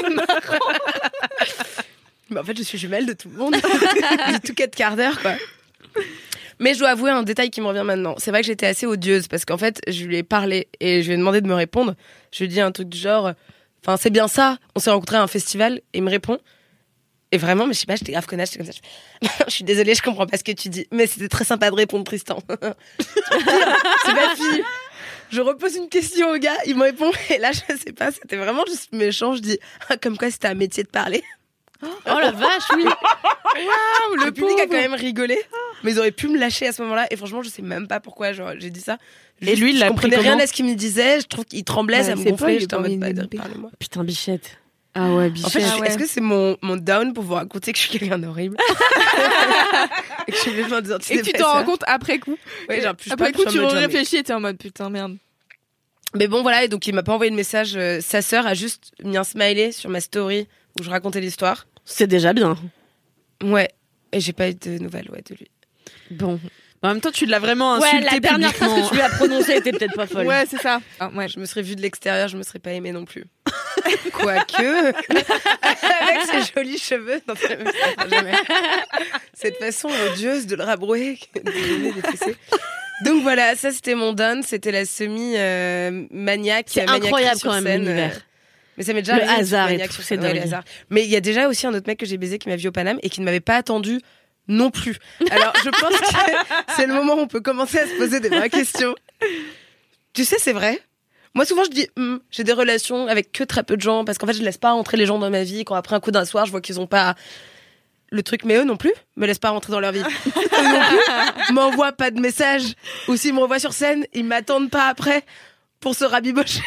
Mais en fait, je suis jumelle de tout le monde. Du tout quatre quarts d'heure, quoi. Mais je dois avouer un détail qui me revient maintenant. C'est vrai que j'étais assez odieuse parce qu'en fait, je lui ai parlé et je lui ai demandé de me répondre. Je lui ai dit un truc du genre, enfin, c'est bien ça. On s'est rencontrés à un festival et il me répond. Et vraiment, mais je sais pas, j'étais grave connasse, j'étais comme ça. Je, je suis désolée, je comprends pas ce que tu dis. Mais c'était très sympa de répondre, Tristan. C'est ma fille. Je repose une question au gars, il me répond. Et là, je sais pas, c'était vraiment juste méchant. Je dis, ah, comme quoi c'était un métier de parler. Oh la vache, oui. Waouh, le, le public a quand même rigolé. Mais ils auraient pu me lâcher à ce moment-là. Et franchement, je sais même pas pourquoi genre, j'ai dit ça. Juste, Et lui, il je l'a comprenais pris rien comment à ce qu'il me disait. Je trouve qu'il tremblait, Ouais, ça me c'est pas, gonflait. il est J'étais en pas mode, une bah, M P. parlez-moi. Putain, bichette. Ah ouais, En fait, bichette. je- est-ce que c'est mon, mon down pour vous raconter que je suis quelqu'un d'horrible et que je suis vachement des Et que tu t'en rends compte après coup. Ouais, genre, plus je Après parle, coup, plus je tu suis en mode, genre, mais- réfléchis et t'es en mode putain, merde. Mais bon, voilà, et donc il m'a pas envoyé de message. euh, sa sœur a juste mis un smiley sur ma story où je racontais l'histoire. C'est déjà bien. Ouais. Et j'ai pas eu de nouvelles ouais, de lui. Bon. En même temps, tu l'as vraiment insulté Ouais, la dernière publiquement. phrase que tu lui as prononcée était peut-être pas folle. Ouais, c'est ça. Ah, ouais. Je me serais vue de l'extérieur, je me serais pas aimée non plus. Quoique, avec ses jolis cheveux, non, ça ne jamais. Cette façon odieuse de le rabrouer, de lui donner des fessées. Donc voilà, ça c'était mon don, c'était la semi euh, maniaque. C'est maniaque incroyable sur quand même scène, l'univers. euh, Mais ça m'est déjà Le arrivé, hasard et maniaque tout, sur c'est scène, ouais, le dingue. hasard. Mais il y a déjà aussi un autre mec que j'ai baisé qui m'a vu au Paname et qui ne m'avait pas attendu non plus. Alors je pense que c'est le moment où on peut commencer à se poser des vraies questions. Tu sais, c'est vrai. Moi, souvent, je dis, hm, j'ai des relations avec que très peu de gens parce qu'en fait, je ne laisse pas entrer les gens dans ma vie. Quand après un coup d'un soir, je vois qu'ils n'ont pas le truc, mais eux non plus, me laissent pas rentrer dans leur vie. Eux non plus m'envoient pas de message. Ou s'ils me revoient sur scène, ils m'attendent pas après pour se rabibocher.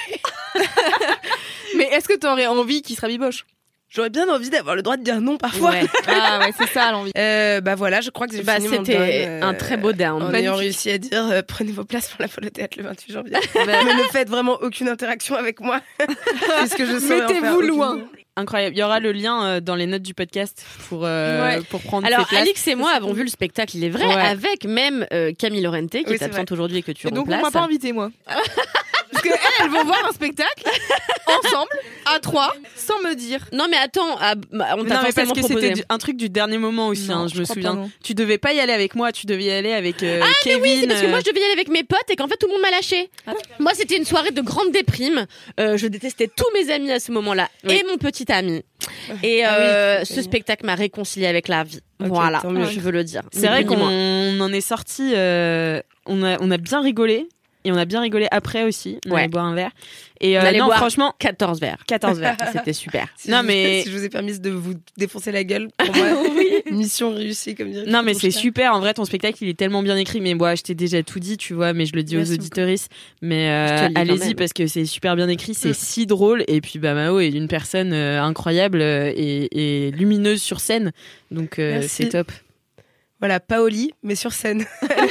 Mais est-ce que t'aurais envie qu'il se rabiboche? J'aurais bien envie d'avoir le droit de dire non parfois. Ouais. Ah ouais, c'est ça l'envie. Euh, bah voilà, je crois que j'ai Bah, fini mon c'était down, euh, un très beau down. En Magnifique. ayant réussi à dire euh, prenez vos places pour la folle au théâtre le vingt-huit janvier. Mais ne faites vraiment aucune interaction avec moi puisque je saurais en faire Mettez-vous aucune. loin. Incroyable. Il y aura le lien euh, dans les notes du podcast pour, euh, Ouais. pour prendre Alors, ses places. Alix et moi avons vu le spectacle, il est vrai, Ouais. avec même euh, Camille Laurente, qui Oui, est c'est absente vrai. aujourd'hui et que tu Et donc on remplaces. m'a pas invité moi. Parce qu'elles, elles vont voir un spectacle ensemble, à trois, sans me dire. Non mais attends, ah, bah, on Non, t'a mais forcément parce que proposé. c'était du- un truc du dernier moment aussi, Non, hein, je, je me crois souviens. pas, non. Tu devais pas y aller avec moi, tu devais y aller avec euh, Ah mais Kevin. oui, c'est parce que euh, moi je devais y aller avec mes potes et qu'en fait tout le monde m'a lâché. Moi c'était une soirée de grande déprime. Euh, je détestais tous mes amis à ce moment-là Oui. et mon petit ami. Et Ah euh, oui. ce spectacle m'a réconcilié avec la vie. Ok, voilà, tant mieux. je veux le dire. C'est vrai Ni plus ni moins. qu'on en est sorti, euh, on, a, on a bien rigolé. Et on a bien rigolé après aussi. On Ouais. allait boire un verre. Et euh, On allait non, boire franchement, quatorze verres. quatorze verres. C'était super. Si Non, je- mais- si je vous ai permis de vous défoncer la gueule, pour moi, mission réussie comme dirait. Non mais c'est Christophe super, en vrai ton spectacle il est tellement bien écrit, mais moi je t'ai déjà tout dit tu vois, mais je le dis Merci aux auditeuristes, mais euh, Je te le dis quand allez-y même. parce que c'est super bien écrit, c'est Mm. si drôle, et puis bah Mao est une personne euh, incroyable euh, et, et lumineuse sur scène, donc euh, Merci. c'est top. Voilà, pas au lit, mais sur scène.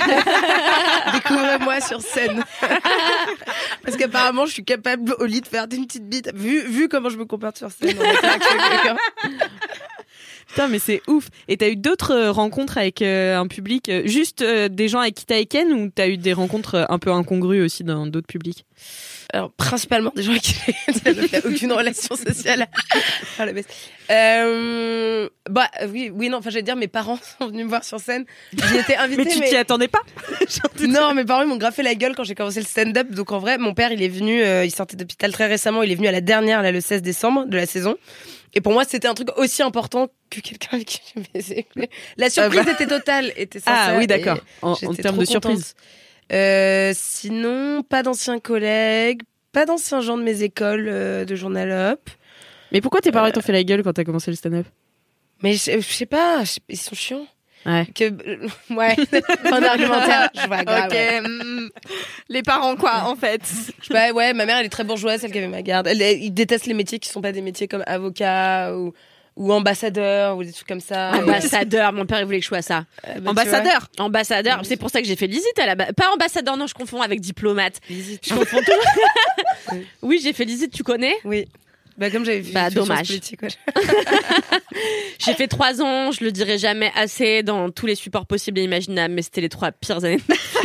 Découvrez-moi sur scène. Parce qu'apparemment, je suis capable au lit de faire une petite bite. Vu, vu comment je me comporte sur scène. on est pas avec quelqu'un. Putain mais c'est ouf. Et t'as eu d'autres euh, rencontres avec euh, un public, euh, juste euh, des gens avec qui t'as ken, ou t'as eu des rencontres euh, un peu incongrues aussi dans d'autres publics? Alors, principalement des gens avec qui il n'y a aucune relation sociale. Ah, la baisse. Euh, bah, oui, oui, non, enfin, j'allais dire, mes parents sont venus me voir sur scène. J'y étais invitée, Mais tu mais... t'y attendais pas? Non, mes parents ils m'ont graffé la gueule quand j'ai commencé le stand-up. Donc en vrai, mon père il est venu, euh, il sortait d'hôpital très récemment, il est venu à la dernière, là, le seize décembre de la saison. Et pour moi, c'était un truc aussi important que quelqu'un avec qui j'ai baisé. La surprise Ah bah. était totale, était sincère. Ah oui d'accord, et en, en j'étais termes trop de surprise. contente. Euh, sinon, pas d'anciens collègues, pas d'anciens gens de mes écoles euh, de journalop. Mais pourquoi tes parents t'ont fait la gueule quand t'as commencé le stand-up? Mais je, je sais pas, je- ils sont chiants. Ouais. Que, euh, ouais, un argumentaire, je vois grave. Ok. mm, Les parents quoi, en fait. Je- Bah ouais, ma mère elle est très bourgeoise, celle qui avait ma garde. Elle, elle- ils détestent les métiers qui sont pas des métiers comme avocat ou, ou ambassadeur ou des trucs comme ça. Ambassadeur, mon père il voulait que je sois ça. Et, euh, bah, tu Ambassadeur. Ambassadeur, c'est pour ça que j'ai fait l'ISIT à la base. Pas ambassadeur, non, je confonds avec diplomate. vois, visite. Je confonds tout. Oui, j'ai fait l'ISIT, tu connais? Oui. Bah comme j'avais vu Bah, sur dommage. Sciences Politiques, ouais. J'ai fait trois ans, je le dirai jamais assez dans tous les supports possibles et imaginables, mais c'était les trois pires années.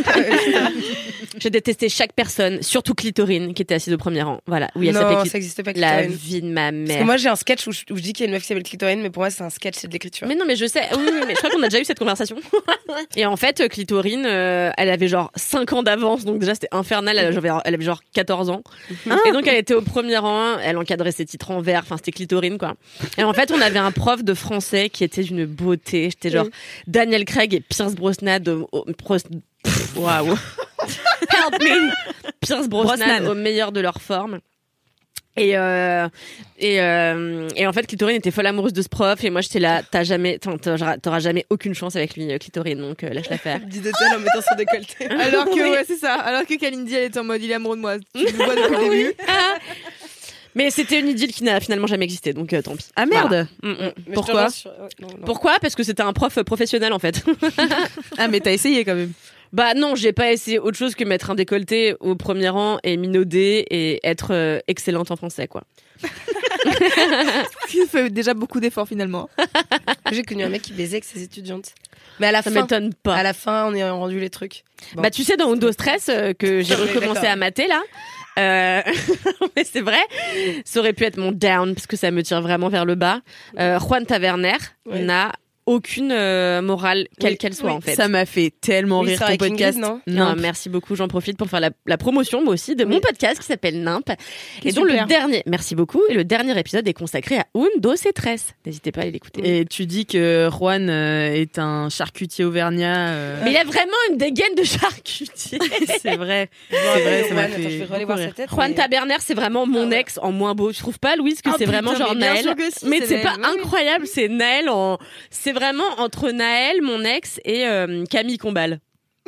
J'ai détesté chaque personne, surtout Clitorine, qui était assise au premier rang. Voilà, oui, elle Non, s'appelait Clit- ça existait pas La Clitorine. vie de ma Parce que mère. moi j'ai un sketch où je, où je dis qu'il y a une meuf qui s'appelle Clitorine, mais pour moi c'est un sketch, c'est de l'écriture. Mais non, mais je sais. Oui, oui, mais je crois qu'on a déjà eu cette conversation. Et en fait, Clitorine, euh, elle avait genre cinq ans d'avance, donc déjà c'était infernal. Elle avait, elle avait genre quatorze ans. Et donc elle était au premier rang, elle encadrait ses titres en vert, enfin c'était Clitorine quoi. Et en fait, on avait un prof de français qui était d'une beauté. J'étais genre Oui. Daniel Craig et Pierce Brosnan. au- au- Bros- pff, Waouh. Help me. Pierce Brosnan, Brosnan. au meilleur de leur forme. Et euh, et euh, et en fait Clitorine était folle amoureuse de ce prof et moi j'étais là, t'as jamais t'en- t'auras t'auras jamais aucune chance avec lui, euh, Clitorine, donc euh, lâche la faire. Disait-elle en mettant son décolleté. Alors que, Oui. ouais, c'est ça. Alors que Kalindi, elle était en mode, il est amoureux de moi. Tu le vois depuis le début. Mais c'était une idylle qui n'a finalement jamais existé, donc euh, tant pis. Ah merde. Mm, mm. Mais je te Pourquoi rassure- ouais, non, non. Pourquoi? Parce que c'était un prof professionnel en fait. Ah mais t'as essayé quand même. Bah non, j'ai pas essayé autre chose que mettre un décolleté au premier rang et minauder et être euh, excellente en français quoi. Qui fait déjà beaucoup d'efforts finalement. J'ai connu un mec qui baisait avec ses étudiantes. Mais à la Ça fin, m'étonne pas. à la fin, on a rendu les trucs. Bon. Bah tu sais dans Undo Stress euh, que j'ai Non, mais recommencé d'accord. à mater là. Euh... mais c'est vrai, ça aurait pu être mon down parce que ça me tire vraiment vers le bas. Euh, Juan Taverner Ouais. n'a aucune euh, morale quelle Oui, qu'elle soit oui. en fait. Ça m'a fait tellement Oui, rire c'est ton avec podcast. Ingrid, non Non, merci beaucoup. J'en profite pour faire la, la promotion, moi aussi, de mon Oui. podcast qui s'appelle Nimp. Qui Et est dont le super. dernier, merci beaucoup. Et le dernier épisode est consacré à Undo Stress. N'hésitez pas à l'écouter. Et tu dis que Juan euh, est un charcutier auvergnat. euh, Mais il a vraiment une dégaine de charcutier. c'est vrai. C'est vrai, ça m'a Attends, fait je vais beaucoup aller voir rire. sa tête. Juan mais- Taberner, c'est vraiment mon Ah ouais. ex en moins beau. Tu trouves pas, Louise, que Ah, c'est vraiment putain, genre mais bien Naël? sûr que si, Mais c'est c'est pas Naël, oui, oui. incroyable, c'est Naël en, c'est vraiment entre Naël, mon ex, et euh, Camille Combal.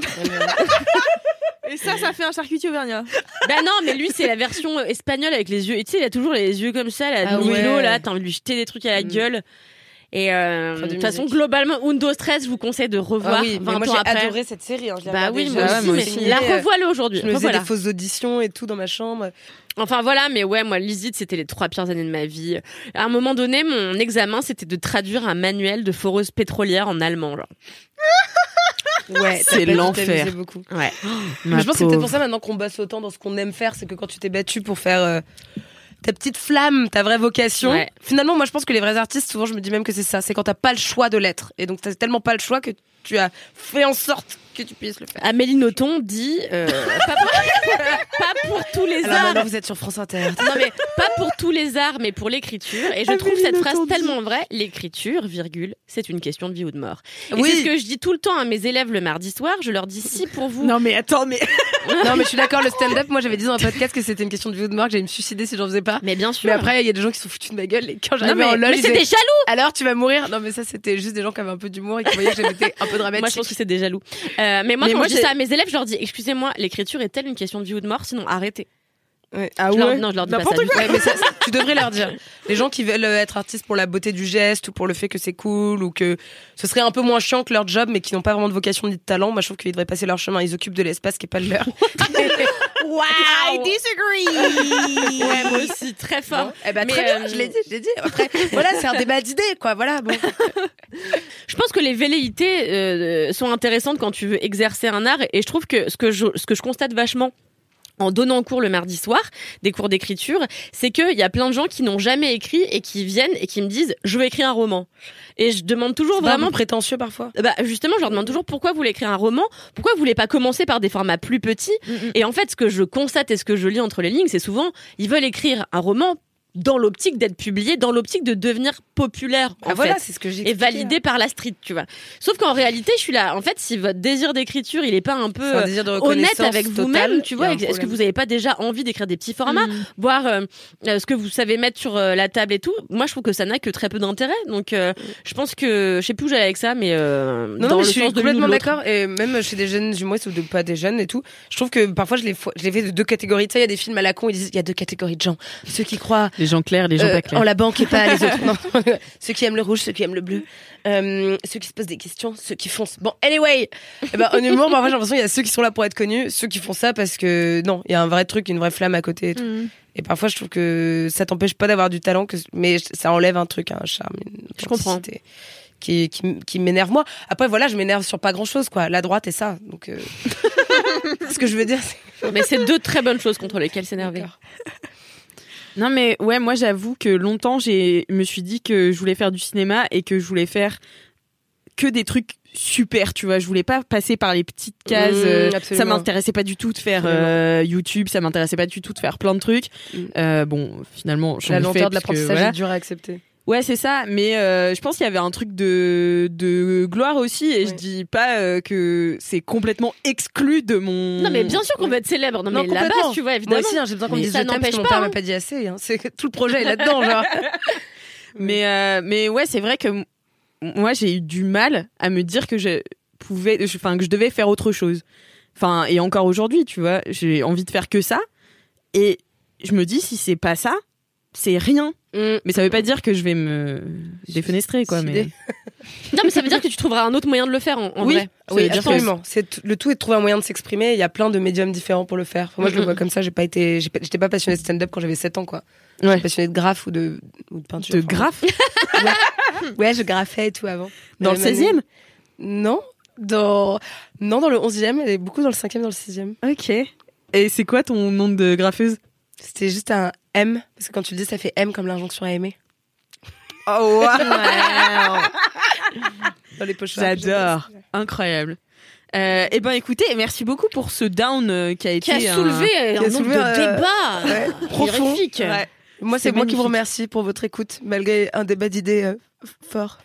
Et ça, ça fait un charcutier auvergnat. Bah non, mais lui, c'est la version euh, espagnole avec les yeux. Et tu sais, il a toujours les yeux comme ça, la Ah Milo, ouais. là, t'as envie de lui jeter des trucs à la Mm. gueule. Et euh, Enfin, de de toute façon, musique. globalement, Undo Stress, je vous conseille de revoir Ah oui, mais vingt moi ans j'ai après. adoré cette série. Hein. Je l'ai Bah regardée, oui, j'ai moi Ouais, aussi, moi mais aussi. la signé, euh, revoilà aujourd'hui. Je me faisais Revoilà. des fausses auditions et tout dans ma chambre. Enfin voilà, mais ouais, moi, Lizzie, c'était les trois pires années de ma vie. À un moment donné, mon examen, c'était de traduire un manuel de foreuse pétrolière en allemand, genre. Ouais, C'est t'as pas dû l'enfer. t'amuser beaucoup. Ouais. Mais je pense que c'est peut-être pour ça maintenant qu'on bosse autant dans ce qu'on aime faire, c'est que quand tu t'es battu pour faire euh, ta petite flamme, ta vraie vocation, Ouais. finalement moi je pense que les vrais artistes, souvent je me dis même que c'est ça, c'est quand t'as pas le choix de l'être. Et donc t'as tellement pas le choix que tu as fait en sorte que tu puisses le faire. Amélie Nothomb dit euh, pas, pour, pas pour tous les Alors arts. maintenant vous êtes sur France Inter. Non mais pas pour tous les arts, mais pour l'écriture. Et je trouve Amélie cette phrase Nothomb dit. tellement vraie. L'écriture, virgule, c'est une question de vie ou de mort. Et Oui. c'est ce que je dis tout le temps à mes élèves le mardi soir. Je leur dis si pour vous. Non, mais attends, mais. Non mais je suis d'accord, le stand-up, moi j'avais dit dans un podcast que c'était une question de vie ou de mort, que j'allais me suicider si j'en faisais pas. Mais bien sûr. Mais après il y a des gens qui sont foutus de ma gueule et quand non, j'arrivais mais, en loge, mais ils c'était disaient, jaloux. alors tu vas mourir. Non mais ça c'était juste des gens qui avaient un peu d'humour et qui voyaient que j'étais un peu dramatique. Moi, je pense que c'est des jaloux. Euh, mais moi, Mais quand moi, je dis j'ai- ça à mes élèves, je leur dis excusez-moi, l'écriture est-elle une question de vie ou de mort? Sinon, arrêtez. Ouais. Ah Je leur- ouais. non, je leur dis pas N'importe ça. du quoi. tout. Ouais, mais ça, ça- tu devrais leur dire. Les gens qui veulent être artistes pour la beauté du geste ou pour le fait que c'est cool ou que ce serait un peu moins chiant que leur job mais qui n'ont pas vraiment de vocation ni de talent, moi je trouve qu'ils devraient passer leur chemin. Ils occupent de l'espace qui est pas le leur. Wow. I disagree. Ouais, moi aussi, très fort. Eh ben, Mais, très bien, euh, je l'ai dit, je l'ai dit. Après, voilà, c'est un débat d'idées, quoi. Voilà, bon. Je pense que les velléités euh, sont intéressantes quand tu veux exercer un art et je trouve que ce que je, ce que je constate vachement en donnant cours le mardi soir, des cours d'écriture, c'est qu'il y a plein de gens qui n'ont jamais écrit et qui viennent et qui me disent « je veux écrire un roman ». Et je demande toujours Vraiment vraiment... prétentieux parfois. Bah justement, je leur demande toujours pourquoi vous voulez écrire un roman, pourquoi vous voulez pas commencer par des formats plus petits. Et en fait, ce que je constate et ce que je lis entre les lignes, c'est souvent, ils veulent écrire un roman dans l'optique d'être publié, dans l'optique de devenir populaire, en Ah, voilà, fait. c'est ce que j'ai Et expliqué, validé hein. par la street, tu vois. Sauf qu'en réalité, je suis là. En fait, si votre désir d'écriture, il est pas un peu C'est un désir de honnête reconnaissance avec totale, vous-même, tu il y vois, a un est-ce que problème. vous avez pas déjà envie d'écrire des petits formats, Mm. voir euh, euh, ce que vous savez mettre sur euh, la table et tout. Moi, je trouve que ça n'a que très peu d'intérêt. Donc, euh, je pense que je sais plus où j'allais avec ça, mais euh, Non, dans non, mais le je suis sens de l'une ou complètement de l'autre. d'accord. Et même chez des jeunes humoristes ou de, pas des jeunes et tout, je trouve que parfois je les, fo- je les fais de deux catégories. Tu sais, il y a des films à la con, ils disent il y a deux catégories de gens. Ceux qui croient Les gens clairs, les gens euh, pas clairs. en la banque et pas les autres. Non. Ceux qui aiment le rouge, ceux qui aiment le bleu. Euh, ceux qui se posent des questions, ceux qui foncent. Bon, anyway, eh ben, en humour, parfois j'ai l'impression qu'il y a ceux qui sont là pour être connus, ceux qui font ça parce que non, il y a un vrai truc, une vraie flamme à côté et tout. Mm. Et parfois, je trouve que ça t'empêche pas d'avoir du talent, que, mais ça enlève un truc, un charme, une Je comprends. authenticité qui, qui, qui m'énerve moi. Après, voilà, je m'énerve sur pas grand chose, quoi. La droite et ça. Donc, euh... ce que je veux dire, c'est. Mais c'est deux très bonnes choses contre lesquelles s'énerver. D'accord. Non mais ouais, moi j'avoue que longtemps j'ai me suis dit que je voulais faire du cinéma et que je voulais faire que des trucs super, tu vois, je voulais pas passer par les petites cases, Mmh, euh, absolument. ça m'intéressait pas du tout de faire Absolument. euh, YouTube, ça m'intéressait pas du tout de faire plein de trucs. Mmh. Euh, bon, finalement, j'en La ai lenteur fait de parce que, l'apprentissage voilà. est dure à accepter. Ouais, c'est ça, mais euh, je pense qu'il y avait un truc de de gloire aussi et je Oui. dis pas euh, que c'est complètement exclu de mon Non, mais bien sûr qu'on veut être célèbre. Non, Non, mais la complètement. base, tu vois, Moi évidemment. aussi, hein, j'ai besoin qu'on me Mais dise ça je t'aime parce n'empêche que mon pas, père hein. m'a pas dit assez. Hein. C'est que tout le projet est là-dedans, genre. Mais euh, mais ouais, c'est vrai que m- moi j'ai eu du mal à me dire que je pouvais, enfin que je devais faire autre chose. Enfin et encore aujourd'hui, tu vois, j'ai envie de faire que ça. Et je me dis si c'est pas ça, c'est rien. Mm. Mais ça veut pas dire que je vais me défenestrer quoi. Mais Suicider. Non, mais ça veut dire que tu trouveras un autre moyen de le faire en, en oui, vrai. oui, Ça veut dire que- absolument. C'est t- le tout est de trouver un moyen de s'exprimer. Il y a plein de médiums différents pour le faire. Enfin, moi, je le Mm-mm. vois comme ça. J'ai pas été, j'ai pas- j'étais pas passionnée de stand-up quand j'avais sept ans, quoi. Ouais. J'étais passionnée de graphe ou de, ou de peinture. De enfin, graphe Ouais, je graffais et tout avant. dans le Mais maintenant- seizième. Non, dans, non, dans le onzième et beaucoup dans le cinquième, dans le sixième. Ok. Et c'est quoi ton nom de graffeuse? C'était juste un M, parce que quand tu le dis, ça fait M comme l'injonction à aimer. Oh wow. Dans les poches. J'adore. Incroyable. Euh, eh ben écoutez, merci beaucoup pour ce down euh, qui a été Qui a un- soulevé un, qui a nombre soulevé, de euh, débats ouais, euh, profond. horrifiques. Ouais. Moi, c'est C'est moi qui vous magnifique. remercie pour votre écoute, malgré un débat d'idées euh, f- fort.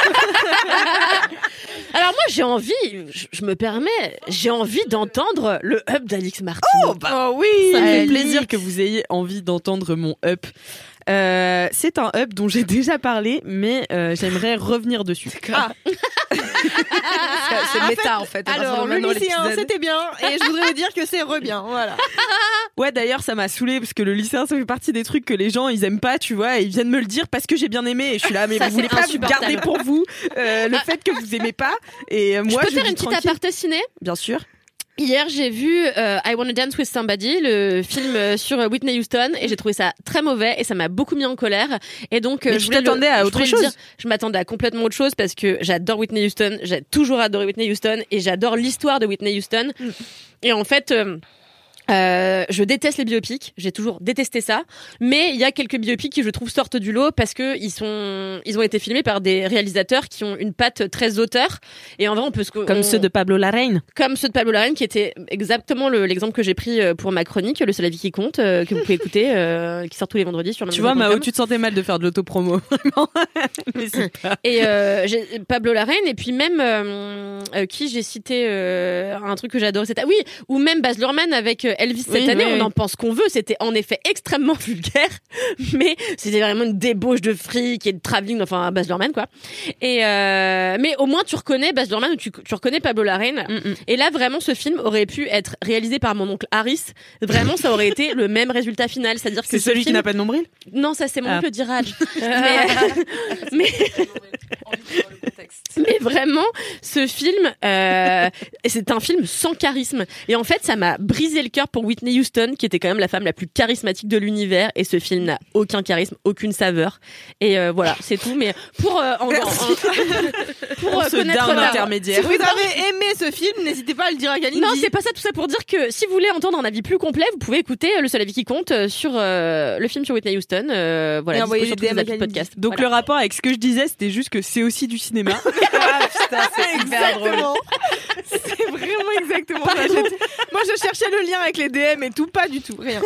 Alors moi j'ai envie, je, je me permets, j'ai envie d'entendre le up d'Alix Martin. Oh, bah, Oh oui. ça me fait Alix. plaisir que vous ayez envie d'entendre mon up. Euh, c'est un up dont j'ai déjà parlé, mais euh, j'aimerais revenir dessus. Ah. C'est c'est méta, en fait. à partir Alors, de le maintenant, lycéen, l'épisode. c'était bien, et je voudrais vous dire que c'est re-bien, voilà. Ouais, d'ailleurs, ça m'a saoulé parce que le lycéen, ça fait partie des trucs que les gens ils aiment pas, tu vois, et ils viennent me le dire parce que j'ai bien aimé. Et je suis là, mais Ça, vous voulez c'est pas vous insupportable. garder pour vous euh, le fait que vous aimez pas. Et euh, moi, je peux je faire vis une petite tranquille. aparté ciné. Bien sûr. Hier, j'ai vu euh, I Wanna Dance with Somebody, le film euh, sur Whitney Houston, et j'ai trouvé ça très mauvais et ça m'a beaucoup mis en colère. Et donc, euh, Mais je tu voulais le- t'attendais à je autre voulais le chose. dire. Je m'attendais à complètement autre chose parce que j'adore Whitney Houston, j'ai toujours adoré Whitney Houston et j'adore l'histoire de Whitney Houston. Mm. Et en fait. Euh, Euh, je déteste les biopics, j'ai toujours détesté ça, mais il y a quelques biopics qui je trouve sortent du lot parce que ils sont, ils ont été filmés par des réalisateurs qui ont une patte très auteur et en vrai on peut se Comme on- ceux de Pablo Larraín. comme ceux de Pablo Larraín qui était exactement le- l'exemple que j'ai pris euh, pour ma chronique, le seul avis qui compte, euh, que vous pouvez écouter, euh, qui sort tous les vendredis sur Tu vois, mademoiselle point com. Mao, tu te sentais mal de faire de l'autopromo, vraiment. Mais c'est pas. Et euh, j'ai Pablo Larraín et puis même euh, euh, qui j'ai cité euh, un truc que j'adore, c'était oui, ou même Baz Luhrmann avec euh, Elvis cette Oui, année, oui, on oui. en pense qu'on veut, c'était en effet extrêmement vulgaire, mais c'était vraiment une débauche de fric et de travelling, enfin Baz Luhrmann quoi. Et euh, mais au moins tu reconnais Baz Luhrmann ou tu, tu reconnais Pablo Larraín. Mm-mm. Et là vraiment ce film aurait pu être réalisé par mon oncle Harris, vraiment ça aurait été le même résultat final, c'est-à-dire que C'est ce celui qui film- n'a pas de nombril? Non, ça c'est mon Ah. oncle Diraj. mais, mais, mais vraiment, ce film, euh, c'est un film sans charisme. Et en fait, ça m'a brisé le cœur pour Whitney Houston, qui était quand même la femme la plus charismatique de l'univers. Et ce film n'a aucun charisme, aucune saveur. Et euh, voilà, c'est tout. Mais pour euh, en, en- en- pour, Pour euh, ce connaître down la- intermédiaire. Si vous avez aimé ce film, n'hésitez pas à le dire à Kalindi. Non, c'est pas ça, tout ça pour dire que si vous voulez entendre un avis plus complet, vous pouvez écouter euh, Le seul avis qui compte euh, sur euh, le film sur Whitney Houston. Euh, voilà, Et dispo envoyer sur des tous les D M à applis de Kalindi. podcast. Donc Voilà. le rapport avec ce que je disais, c'était juste que c'est aussi du cinéma. Ah, putain, c'est hyper drôle. Exactement. C'est vraiment exactement ça. J'étais- Moi, je cherchais le lien avec les D M et tout, pas du tout, rien.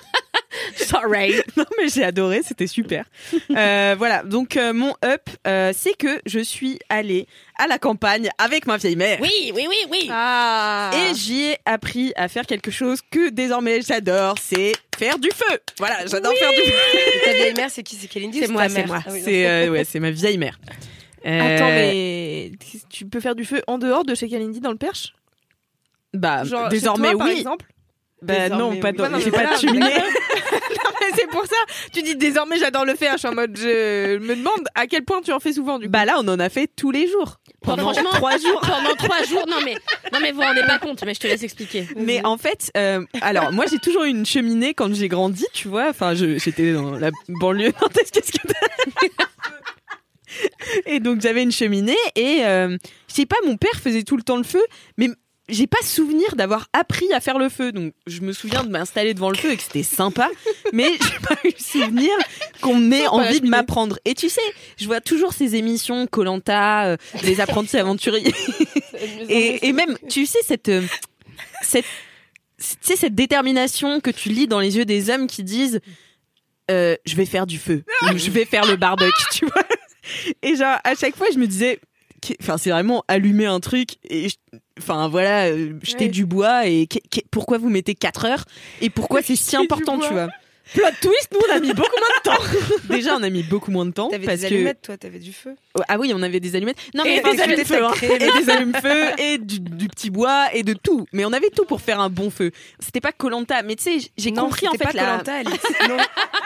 Sorry. Non mais j'ai adoré, c'était super. Euh, voilà, donc euh, mon up, euh, c'est que je suis allée à la campagne avec ma vieille mère. Oui, oui, oui, oui. Ah. Et j'y ai appris à faire quelque chose que désormais j'adore, c'est faire du feu. Voilà, j'adore faire du feu. Et ta vieille mère, c'est qui? C'est Kalindi? C'est ou moi, ta c'est mère moi. Ah oui, C'est euh, ouais, c'est ma vieille mère. Euh, Attends, mais tu peux faire du feu en dehors de chez Kalindi dans le Perche? bah Genre, désormais chez toi, par oui. exemple. Bah non, Désormais, pas oui. dans, Ouais, non, j'ai mais pas voilà, de cheminée. Non, mais c'est pour ça. Tu dis désormais j'adore le faire. Je suis en mode, je me demande à quel point tu en fais souvent du coup. Bah là, on en a fait tous les jours. Pendant Franchement, trois jours. Pendant trois jours. Non mais, non mais vous vous rendez pas compte. Mais je te laisse expliquer. Mais en fait, euh, alors moi j'ai toujours eu une cheminée quand j'ai grandi, tu vois. Enfin, je- j'étais dans la banlieue nantaise. Qu'est-ce que t'as Et donc j'avais une cheminée et euh, je sais pas, mon père faisait tout le temps le feu, mais j'ai pas souvenir d'avoir appris à faire le feu. Donc je me souviens de m'installer devant le feu et que c'était sympa, mais j'ai pas eu souvenir qu'on ait Sympa, la envie de cheminée. m'apprendre. Et tu sais, je vois toujours ces émissions Koh-Lanta, euh, les apprentis aventuriers. Et, et même, tu sais, cette, euh, cette, tu sais, cette détermination que tu lis dans les yeux des hommes qui disent euh, je vais faire du feu ou je vais faire le barbecue, tu vois. Et genre, à chaque fois, je me disais, qu'est- enfin, c'est vraiment allumer un truc et je- enfin voilà, euh, jeter Ouais. du bois et qu'est- qu'est- pourquoi vous mettez quatre heures et pourquoi c'est si Jeter du important, bois. tu vois. Plot twist, nous on a mis beaucoup moins de temps. Déjà, on a mis beaucoup moins de temps. T'avais parce des que... allumettes, toi, t'avais du feu. Ah oui, on avait des allumettes. Non, mais Et enfin, des allumes-feu, c'était- hein. et des allumes-feu et du, du petit bois et de tout. Mais on avait tout pour faire un bon feu. C'était pas Koh-Lanta, mais tu sais, j'ai Non, compris en c'était fait pas la... Koh-Lanta, Alice. Non.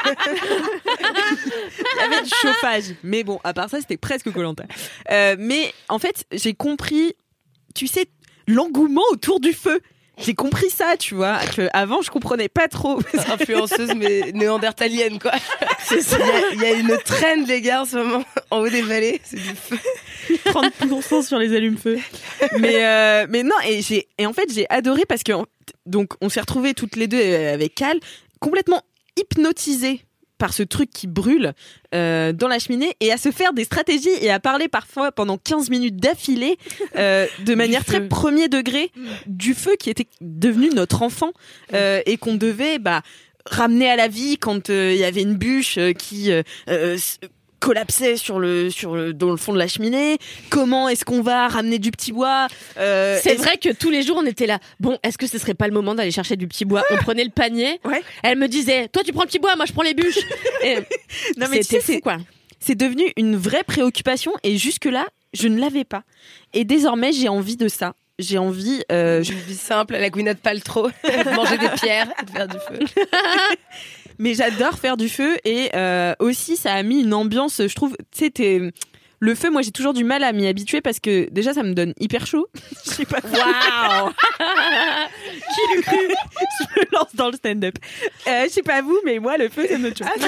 Il y avait du chauffage. Mais bon, à part ça, c'était presque Koh-Lanta. Euh, mais en fait, j'ai compris, tu sais, l'engouement autour du feu. J'ai compris ça, tu vois, que avant je comprenais pas trop. Influenceuse mais néandertalienne quoi. C'est ça. Il y, a- il y a une trend les gars en ce moment en haut des vallées, c'est du feu. trente pour cent sur les allumes-feu. Mais euh, mais non, et j'ai et en fait j'ai adoré parce que donc on s'est retrouvés toutes les deux avec Cal, complètement hypnotisées par ce truc qui brûle euh, dans la cheminée et à se faire des stratégies et à parler parfois pendant quinze minutes d'affilée euh, de manière très premier degré du feu qui était devenu notre enfant euh, et qu'on devait bah ramener à la vie quand il euh, y avait une bûche euh, qui euh, euh, collapsait sur le sur le dans le fond de la cheminée. Comment est-ce qu'on va ramener du petit bois euh, C'est est-ce- vrai que tous les jours on était là. Bon, est-ce que ce serait pas le moment d'aller chercher du petit bois? On prenait le panier. Ouais. Elle me disait, toi tu prends le petit bois, moi je prends les bûches. Et Non mais tu c'était sais, fou c'est quoi. c'est devenu une vraie préoccupation et jusque-là, je ne l'avais pas. Et désormais, j'ai envie de ça. J'ai envie... Euh, je- Une vie simple à la Gwyneth Paltrow, de manger des pierres et de faire du feu. Mais j'adore faire du feu et euh, aussi, ça a mis une ambiance, je trouve... Tu sais, t'es... Le feu, moi, j'ai toujours du mal à m'y habituer parce que déjà, ça me donne hyper chaud. Je sais pas. Waouh. Qui l'eût cru? Je me lance dans le stand-up. Euh, je sais pas vous, mais moi, le feu, ça me chaud.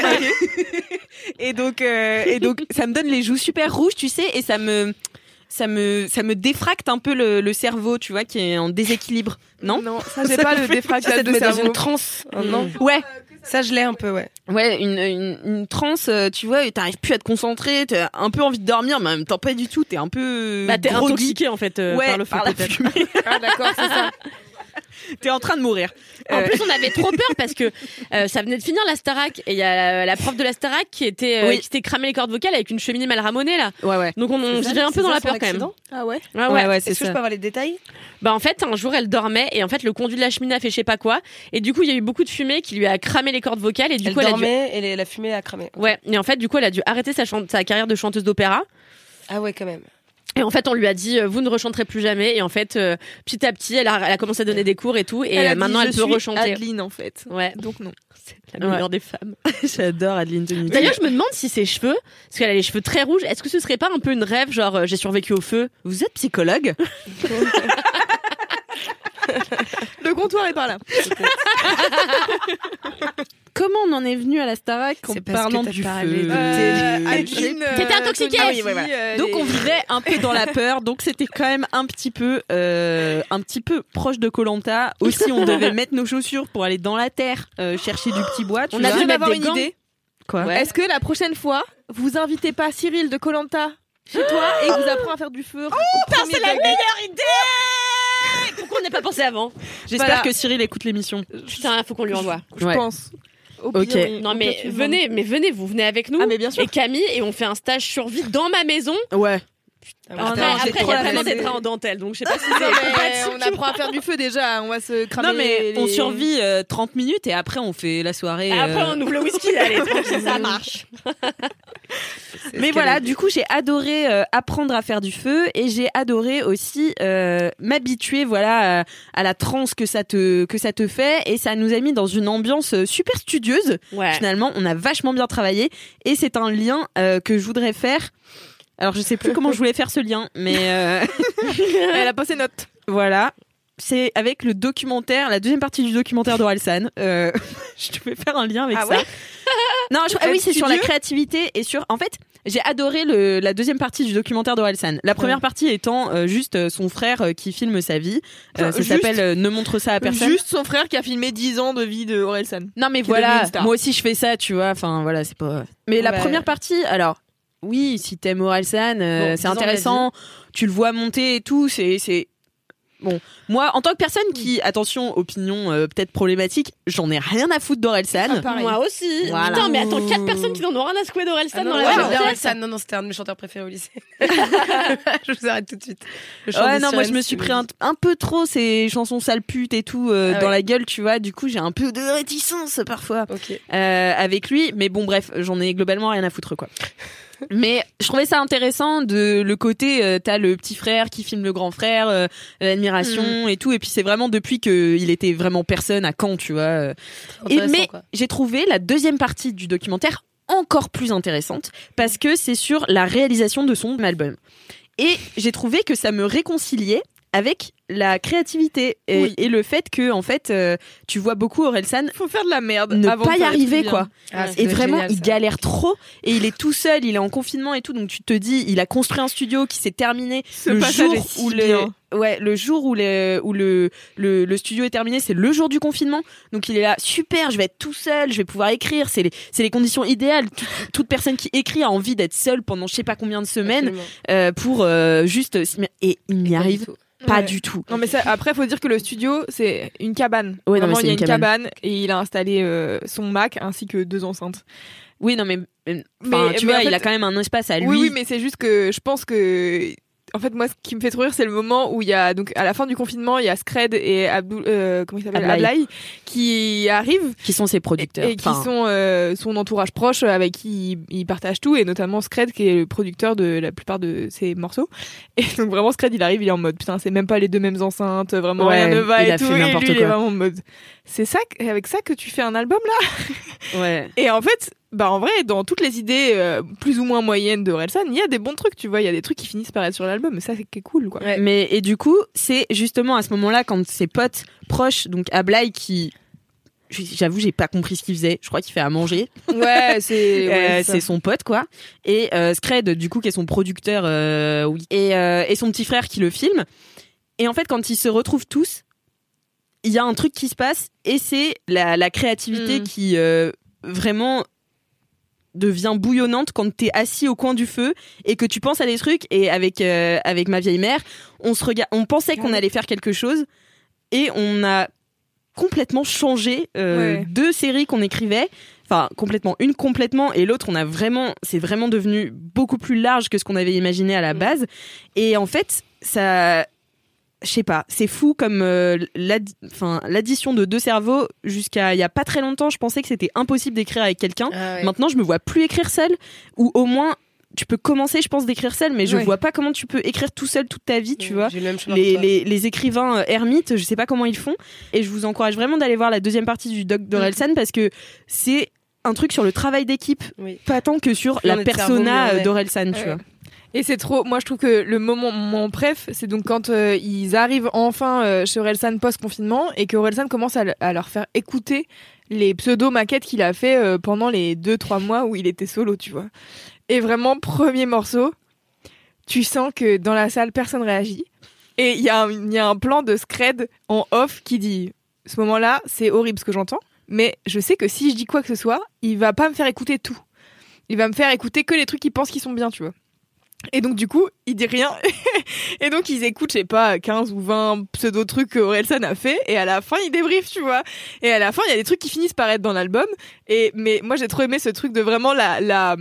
Et donc, euh, et donc, ça me donne les joues super rouges, tu sais, et ça me, ça me, ça me défracte un peu le, le cerveau, tu vois, qui est en déséquilibre, non? Non, ça j'ai pas le défractage Ça te de met dans cerveau. une transe, hein, Mm. non? Ouais. Ça je l'ai un peu, ouais. Ouais, une, une, une transe, euh, tu vois, et t'arrives plus à te concentrer, t'as un peu envie de dormir, mais en même temps pas du tout, t'es un peu Bah t'es groggy. intoxiqué en fait euh, Ouais, par le feu par la peut-être. fumée. Ah d'accord, c'est ça. T'es en train de mourir. En Euh, plus, on avait trop peur parce que euh, ça venait de finir la Starac et il y a la, la prof de la Starac qui était euh, Oui. qui s'était cramé les cordes vocales avec une cheminée mal ramonée là. Ouais, ouais. Donc on, on C'est vivait ça, un peu c'est dans ça, la son peur quand même. accident Ah ouais. Ouais, ouais. Ouais, ouais, c'est Est-ce que je ça. peux avoir les détails? Bah en fait, un jour elle dormait et en fait le conduit de la cheminée a fait je sais pas quoi et du coup il y a eu beaucoup de fumée qui lui a cramé les cordes vocales et du Elle coup elle a dû... dormait et les- la fumée a cramé. Ouais, et en fait du coup elle a dû arrêter sa, chan- sa carrière de chanteuse d'opéra. Ah ouais, quand même. Et en fait, on lui a dit, euh, vous ne rechanterez plus jamais. Et en fait, euh, petit à petit, elle a, elle a commencé à donner des cours et tout. Et Elle a euh, dit, maintenant, je elle peut suis rechanter. Adeline en fait. Ouais, Donc non. c'est la meilleure des femmes. J'adore Adeline Tony. D'ailleurs, je me demande si ses cheveux, parce qu'elle a les cheveux très rouges, est-ce que ce serait pas un peu une rêve, genre euh, j'ai survécu au feu? Vous êtes psychologue? Le comptoir est par là. Comment on en est venu à la Starac en C'est parce parlant que t'as du parlé feu de- Euh, Euh, Adeline, euh, T'étais intoxiquée. Tony, Ah oui, ouais, voilà. euh, Donc les- on vivait un peu dans la peur, donc c'était quand même un petit peu, euh, un petit peu proche de Koh-Lanta. Aussi, on devait mettre nos chaussures pour aller dans la terre euh, chercher du petit bois. Tu On a vois. dû viens mettre d'avoir des une gants. idée. Quoi? Ouais. Est-ce que la prochaine fois, vous invitez pas Cyril de Koh-Lanta chez toi et il vous apprend à faire du feu? Oh, c'est la meilleure idée! Pourquoi on n'a pas pensé avant? J'espère Voilà. que Cyril écoute l'émission. Putain, faut qu'on lui envoie. Je Ouais. pense. Au Ok. pire, oui. Non Au mais pire, tu venez, mais venez, vous venez avec nous. Ah, mais bien sûr. Et Camille, et on fait un stage survie dans ma maison. Ouais. Ah ouais, Après, non, après, j'ai il y trop a la vraiment flemme. des trains en dentelle, donc je sais pas si Non, c'est mais compatible. on apprend à faire du feu déjà, on va se cramer. Non mais on les- survit euh, trente minutes et après on fait la soirée. Et après, euh, on ouvre le whisky, allez, tranquille, ça marche. c'est Mais ce voilà, qu'elle du coup, j'ai adoré euh, apprendre à faire du feu et j'ai adoré aussi euh, m'habituer, voilà, à, à la transe que ça te que ça te fait et ça nous a mis dans une ambiance euh, super studieuse. Ouais. Finalement, on a vachement bien travaillé et c'est un lien euh, que je voudrais faire. Alors, je sais plus comment je voulais faire ce lien, mais euh, Elle a passé note. voilà. C'est avec le documentaire, la deuxième partie du documentaire d'Orelsan. Euh, je devais faire un lien avec Ah ça. ouais Non, je- ah oui, c'est sur la studieux créativité et sur. En fait, j'ai adoré le, la deuxième partie du documentaire d'Orelsan. La première partie étant euh, juste euh, son frère euh, qui filme sa vie. Euh, Enfin, ça juste- s'appelle euh, Ne montre ça à personne. Juste son frère qui a filmé dix ans de vie de Orelsan. Non, mais qui est devenu voilà. une star. Moi aussi, je fais ça, tu vois. Enfin, voilà, c'est pas. Mais la Ouais. première partie, alors. Oui, si t'aimes Orelsan, euh, Bon, c'est dix ans de la intéressant. Tu le vois monter et tout. C'est, c'est. Bon, moi, en tant que personne qui, attention, opinion euh, peut-être problématique, j'en ai rien à foutre d'Orelsan. Ah, moi aussi. Voilà. Putain, mais attends, quatre personnes qui n'en ont rien à secouer d'Orelsan Ah non, dans ouais, la j'aime même bien pièce. Orelsan. Non, non, c'était un de mes chanteurs préférés au lycée. Je vous arrête tout de suite. Le chant Ouais, des non, moi je sirènes, me suis c'est pris un, un peu trop ces chansons sales putes et tout euh, Ah dans ouais. la gueule, tu vois. Du coup, j'ai un peu de réticence parfois Ok. euh, avec lui. Mais bon, bref, j'en ai globalement rien à foutre, quoi. Mais je trouvais ça intéressant de le côté euh, t'as le petit frère qui filme le grand frère, euh, l'admiration et tout, et puis c'est vraiment depuis que il était vraiment personne à Caen, tu vois. euh. Et Intéressant, mais quoi. j'ai trouvé la deuxième partie du documentaire encore plus intéressante parce que c'est sur la réalisation de son album. Et j'ai trouvé que ça me réconciliait avec la créativité et, Oui. et le fait que en fait euh, tu vois beaucoup Orelsan Faut faire de la merde ne avant pas de y faire des trucs arriver bien. quoi. Ah, ça Et doit être vraiment, génial, il ça. galère trop et il est tout seul, il est en confinement et tout, donc tu te dis, il a construit un studio qui s'est terminé Ce le passage jour est si où le, bien. ouais, le jour où le où le, le le studio est terminé, c'est le jour du confinement. Donc il est là, super, je vais être tout seul, je vais pouvoir écrire, c'est les c'est les conditions idéales. Toute, toute personne qui écrit a envie d'être seule pendant je sais pas combien de semaines Absolument. euh, pour euh, juste s'y mettre. Et il n'y Pas du arrive tout. pas Ouais. du tout. Non mais ça, après faut dire que le studio c'est une cabane. Ouais, non, mais Vraiment, c'est il y a une une cabane. cabane. et il a installé euh, son Mac ainsi que deux enceintes. Oui, non mais, mais, Mais- enfin, tu mais vois, en fait- il a quand même un espace à lui. Oui oui mais c'est juste que je pense que en fait moi ce qui me fait trop rire c'est le moment où il y a donc à la fin du confinement il y a Scred et Abdou euh, comment il s'appelle Ablaï. Ablaï qui arrivent Qui sont ses producteurs. et, et qui Enfin, sont euh, son entourage proche avec qui il, il partage tout et notamment Scred qui est le producteur de la plupart de ses morceaux et donc vraiment Scred il arrive il est en mode putain c'est même pas les deux mêmes enceintes vraiment Ouais, rien ne va il et a tout fait et n'importe lui il est quoi. vraiment en mode c'est ça que- avec ça que tu fais un album là ouais. et en fait bah en vrai dans toutes les idées euh, plus ou moins moyennes de Orelsan il y a des bons trucs tu vois il y a des trucs qui finissent par être sur l'album mais ça c'est qui est cool quoi. Ouais. Mais et du coup, c'est justement à ce moment-là quand ses potes proches, donc Ablaï qui, j'avoue, j'ai pas compris ce qu'il faisait. Je crois qu'il fait à manger. Ouais, c'est Euh, ouais, c'est ça. son pote quoi. Et euh, Scred, du coup, qui est son producteur, euh, oui. Et, euh, et son petit frère qui le filme. Et en fait, quand ils se retrouvent tous, il y a un truc qui se passe et c'est la, la créativité Mm. qui euh, vraiment devient bouillonnante quand t'es assis au coin du feu et que tu penses à des trucs. Et avec euh, avec ma vieille mère, on se regarde, on pensait qu'on allait faire quelque chose et on a complètement changé euh, Ouais. deux séries qu'on écrivait. Enfin, complètement. Une complètement et l'autre, on a vraiment, c'est vraiment devenu beaucoup plus large que ce qu'on avait imaginé à la base. Et en fait, ça, je sais pas, c'est fou comme euh, l'addi- enfin, l'addition de deux cerveaux. Jusqu'à il y a pas très longtemps, je pensais que c'était impossible d'écrire avec quelqu'un. Ah ouais. Maintenant, je me vois plus écrire seul, ou au moins tu peux commencer, je pense, d'écrire seul, mais je Ouais. vois pas comment tu peux écrire tout seul toute ta vie, tu vois. J'ai le même chemin que Les, toi. les, les écrivains euh, ermites, je sais pas comment ils font, et je vous encourage vraiment d'aller voir la deuxième partie du doc d'Orelsan parce que c'est un truc sur le travail d'équipe, Oui. pas tant que sur Plus la on est de cerveau, persona mieux on euh, est. d'Orelsan, tu Ouais. vois. Et c'est trop. Moi, je trouve que le moment mon préf, c'est donc quand euh, ils arrivent enfin euh, chez Orelsan post-confinement et que Orelsan commence à, le- à leur faire écouter les pseudo-maquettes qu'il a fait euh, pendant les deux trois mois où il était solo, tu vois. Et vraiment, premier morceau, tu sens que dans la salle, personne réagit. Et il y, a un- il y a un plan de Scred en off qui dit ce moment-là, c'est horrible ce que j'entends, mais je sais que si je dis quoi que ce soit, il va pas me faire écouter tout. Il va me faire écouter que les trucs qu'il pense qu'ils sont bien, tu vois. Et donc, du coup, il dit rien. Et donc, ils écoutent, je sais pas, quinze ou vingt pseudo-trucs que Orelsan a fait. Et à la fin, ils débriefent, tu vois. Et à la fin, il y a des trucs qui finissent par être dans l'album. Et, mais moi, j'ai trop aimé ce truc de vraiment la, la,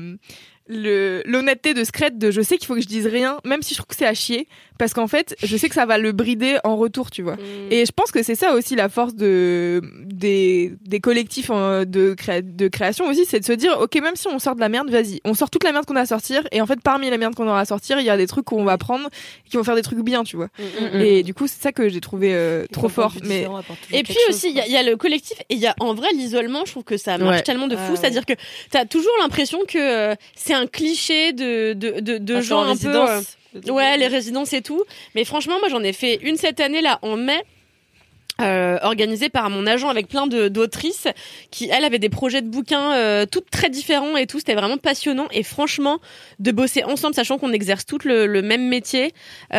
le, l'honnêteté de Scred de je sais qu'il faut que je dise rien, même si je trouve que c'est à chier. Parce qu'en fait, je sais que ça va le brider en retour, tu vois. Mm. Et je pense que c'est ça aussi la force de des, des collectifs euh, de, créa- de création aussi, c'est de se dire ok, même si on sort de la merde, vas-y, on sort toute la merde qu'on a à sortir et en fait parmi la merde qu'on aura à sortir, il y a des trucs qu'on va prendre qui vont faire des trucs bien, tu vois. Mm, mm. Et du coup, c'est ça que j'ai trouvé euh, Ils trop ont fort. pas vu Mais différent, apportent toujours Et puis quelque chose, aussi, il y, quoi. a- il y a le collectif et il y a en vrai l'isolement. Je trouve que ça marche Ouais. tellement de fou. Ah ouais. C'est-à-dire que t'as toujours l'impression que euh, c'est un cliché de de de, de Ah, gens en un peu. résidence. euh, ouais, les résidences et tout. Mais franchement, moi, j'en ai fait une cette année là en mai. Euh, organisée par mon agent avec plein de d'autrices qui elles avaient des projets de bouquins euh, toutes très différents et tout, c'était vraiment passionnant et franchement de bosser ensemble sachant qu'on exerce toutes le, le même métier,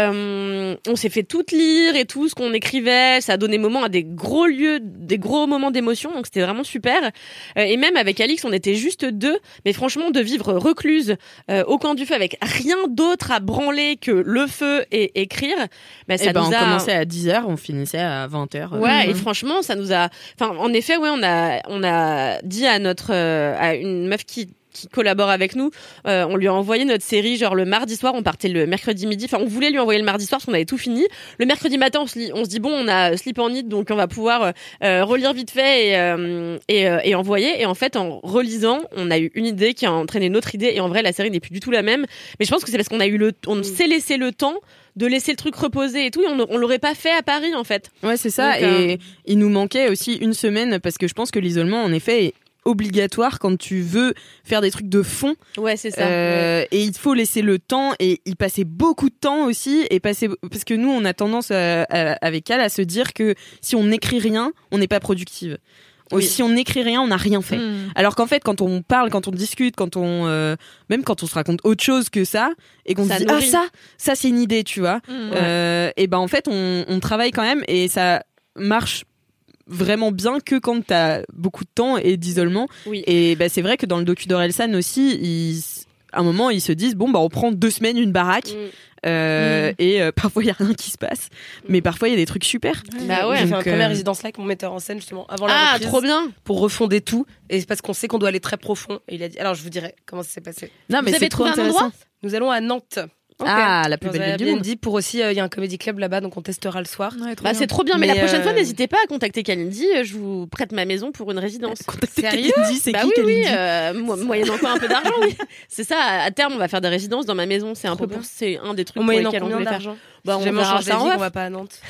euh, on s'est fait toutes lire et tout ce qu'on écrivait, ça a donné moment à des gros lieux, des gros moments d'émotion, donc c'était vraiment super. Euh, et même avec Alix on était juste deux, mais franchement de vivre recluse euh, au coin du feu avec rien d'autre à branler que le feu et écrire, bah, ça et ben, nous on a... commençait à dix heures, on finissait à vingt heures. Ouais, mmh. et franchement, ça nous a, enfin, en effet, ouais, on a, on a dit à notre, euh, à une meuf qui, qui collabore avec nous, euh, on lui a envoyé notre série, genre le mardi soir, on partait le mercredi midi, enfin, on voulait lui envoyer le mardi soir parce qu'on avait tout fini. Le mercredi matin, on se, lit, on se dit, bon, on a Sleep on It, donc on va pouvoir euh, relire vite fait et, euh, et, euh, et envoyer. Et en fait, en relisant, on a eu une idée qui a entraîné une autre idée, et en vrai, la série n'est plus du tout la même. Mais je pense que c'est parce qu'on a eu le, on s'est laissé le temps de laisser le truc reposer et tout, et on, on l'aurait pas fait à Paris en fait. Ouais, c'est ça. Donc, et euh... il nous manquait aussi une semaine parce que je pense que l'isolement, en effet, est obligatoire quand tu veux faire des trucs de fond. Ouais, c'est ça. Euh, ouais. Et il faut laisser le temps et y passer beaucoup de temps aussi et passer parce que nous, on a tendance à, à, avec elle à se dire que si on n'écrit rien, on n'est pas productive. Oui. Si on n'écrit rien, on n'a rien fait. Mmh. Alors qu'en fait, quand on parle, quand on discute, quand on euh, même quand on se raconte autre chose que ça, et qu'on ça se dit nourrit. ah ça, ça c'est une idée, tu vois. Mmh, euh, ouais. Et ben en fait, on, on travaille quand même et ça marche vraiment bien que quand t'as beaucoup de temps et d'isolement. Oui. Et ben c'est vrai que dans le docu d'Orelsan aussi, ils, à un moment ils se disent bon bah on prend deux semaines une baraque. Mmh. Euh, mmh. Et euh, parfois il y a rien qui se passe, mais parfois il y a des trucs super. Bah ouais, j'ai fait un euh... première résidence là avec mon metteur en scène justement avant la ah, reprise. Ah trop bien. Pour refonder tout, et c'est parce qu'on sait qu'on doit aller très profond. Et il a dit, alors je vous dirai comment ça s'est passé. Non mais vous avez trouvé un endroit ? Nous allons à Nantes. Okay. Ah, la plus belle ville du monde. Dit pour aussi, il euh, y a un comédie club là-bas, donc on testera le soir. Ouais, bah, c'est trop bien, mais, mais la prochaine euh... fois, n'hésitez pas à contacter Kalindi. Je vous prête ma maison pour une résidence. Contactez Kalindi, c'est bah qui oui, Kalindi oui, euh, moyennant encore un peu d'argent, oui. C'est ça. À terme, on va faire des résidences dans ma maison. C'est un trop peu pour, c'est un des trucs pour lesquels on voulait faire. Bah, on va changer ça. On va pas à Nantes.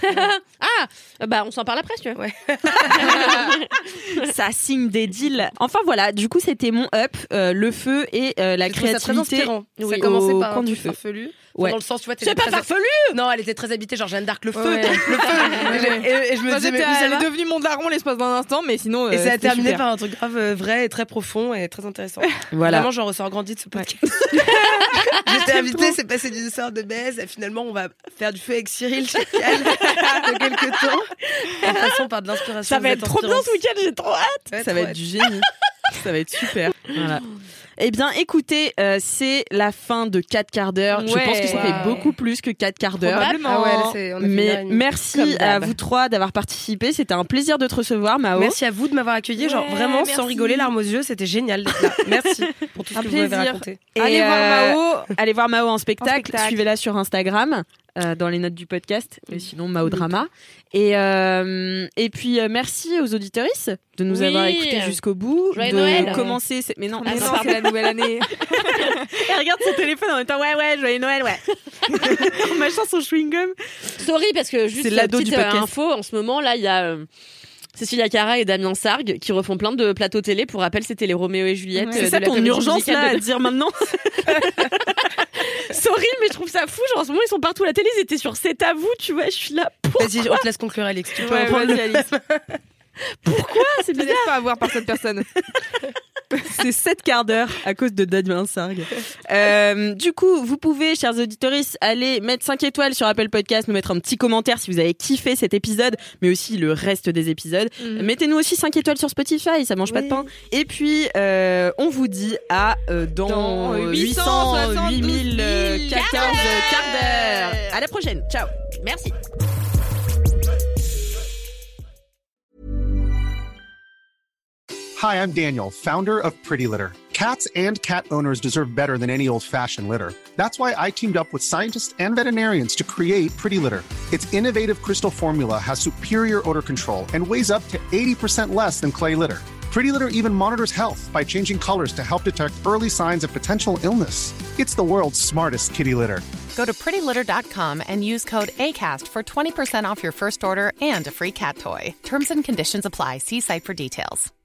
Ah, bah on s'en parle après, tu vois. Ouais. Ça signe des deals. Enfin voilà, du coup c'était mon up, euh, le feu et euh, la créativité. Ça, oui, ça commençait par au un du truc feu. farfelu. Ouais. Dans le sens, tu vois, c'est pas très... farfelu. Non, elle était très habitée, genre Jeanne d'Arc, le feu, ouais. le feu. et, et je me disais, mais elle est devenue mon daron l'espace d'un instant, mais sinon. Euh, et ça a terminé super. par un truc grave euh, vrai et très profond et très intéressant. Voilà. Vraiment, j'en ressors grandi de ce podcast. J'étais invitée, c'est passé d'une histoire de baise. Et finalement, on va faire du feu avec Cyril Chacal dans quelques temps. En passant par de l'inspiration. Ça va être trop bien ce week-end, j'ai trop hâte. Ouais, ça va être du génie. Ça va être super. Voilà. Eh bien, écoutez, euh, c'est la fin de quatre quarts d'heure. Ouais, je pense que ça wow. fait beaucoup plus que quatre quarts d'heure. Ah ouais, là, c'est, on a Mais merci à vous trois d'avoir participé. C'était un plaisir de te recevoir, Mao. Merci à vous de m'avoir accueilli. Ouais, genre vraiment, merci. Sans rigoler, larmes aux yeux, c'était génial d'être là. Merci pour tout ce un que plaisir. Vous m'avez raconté. Et allez euh, voir Mao. Allez voir Mao en spectacle. En spectacle. Suivez-la sur Instagram. Euh, dans les notes du podcast, mmh. sinon Mao Drama. Et, euh, et puis euh, merci aux auditrices de nous oui. avoir écoutés jusqu'au bout, Joyeux de Noël. commencer. C'est... Mais non, ah, mais non c'est la nouvelle année. Elle regarde son téléphone en même temps. Ouais, ouais, joyeux Noël, ouais. En mâchant son chewing gum. Sorry parce que juste c'est l'ado petite du podcast. info en ce moment là, il y a. Euh... Cécilia Cara et Damien Sargue qui refont plein de plateaux télé. Pour rappel, c'était les Roméo et Juliette. Ouais, c'est ça ton urgence là de... à dire maintenant. Sorry, mais je trouve ça fou. Genre en ce moment, ils sont partout à la télé. Ils étaient sur C'est à vous, tu vois. Je suis là. Pourquoi ? Vas-y, on te laisse conclure, Alix. Tu peux ouais, reprendre vas-y, Alix. Pourquoi ? C'est bizarre. Pas à voir par cette personne. C'est sept quarts d'heure à cause de Damien Sargue. Euh, du coup, vous pouvez, chers auditeurs, aller mettre cinq étoiles sur Apple Podcast, nous mettre un petit commentaire si vous avez kiffé cet épisode, mais aussi le reste des épisodes. Mmh. Mettez-nous aussi cinq étoiles sur Spotify, ça mange oui. pas de pain. Et puis, euh, on vous dit à euh, dans, dans huit cent, huit mille quatorze quarts d'heure. À la prochaine. Ciao. Merci. Hi, I'm Daniel, founder of Pretty Litter. Cats and cat owners deserve better than any old-fashioned litter. That's why I teamed up with scientists and veterinarians to create Pretty Litter. Its innovative crystal formula has superior odor control and weighs up to eighty percent less than clay litter. Pretty Litter even monitors health by changing colors to help detect early signs of potential illness. It's the world's smartest kitty litter. Go to pretty litter dot com and use code ACAST for twenty percent off your first order and a free cat toy. Terms and conditions apply. See site for details.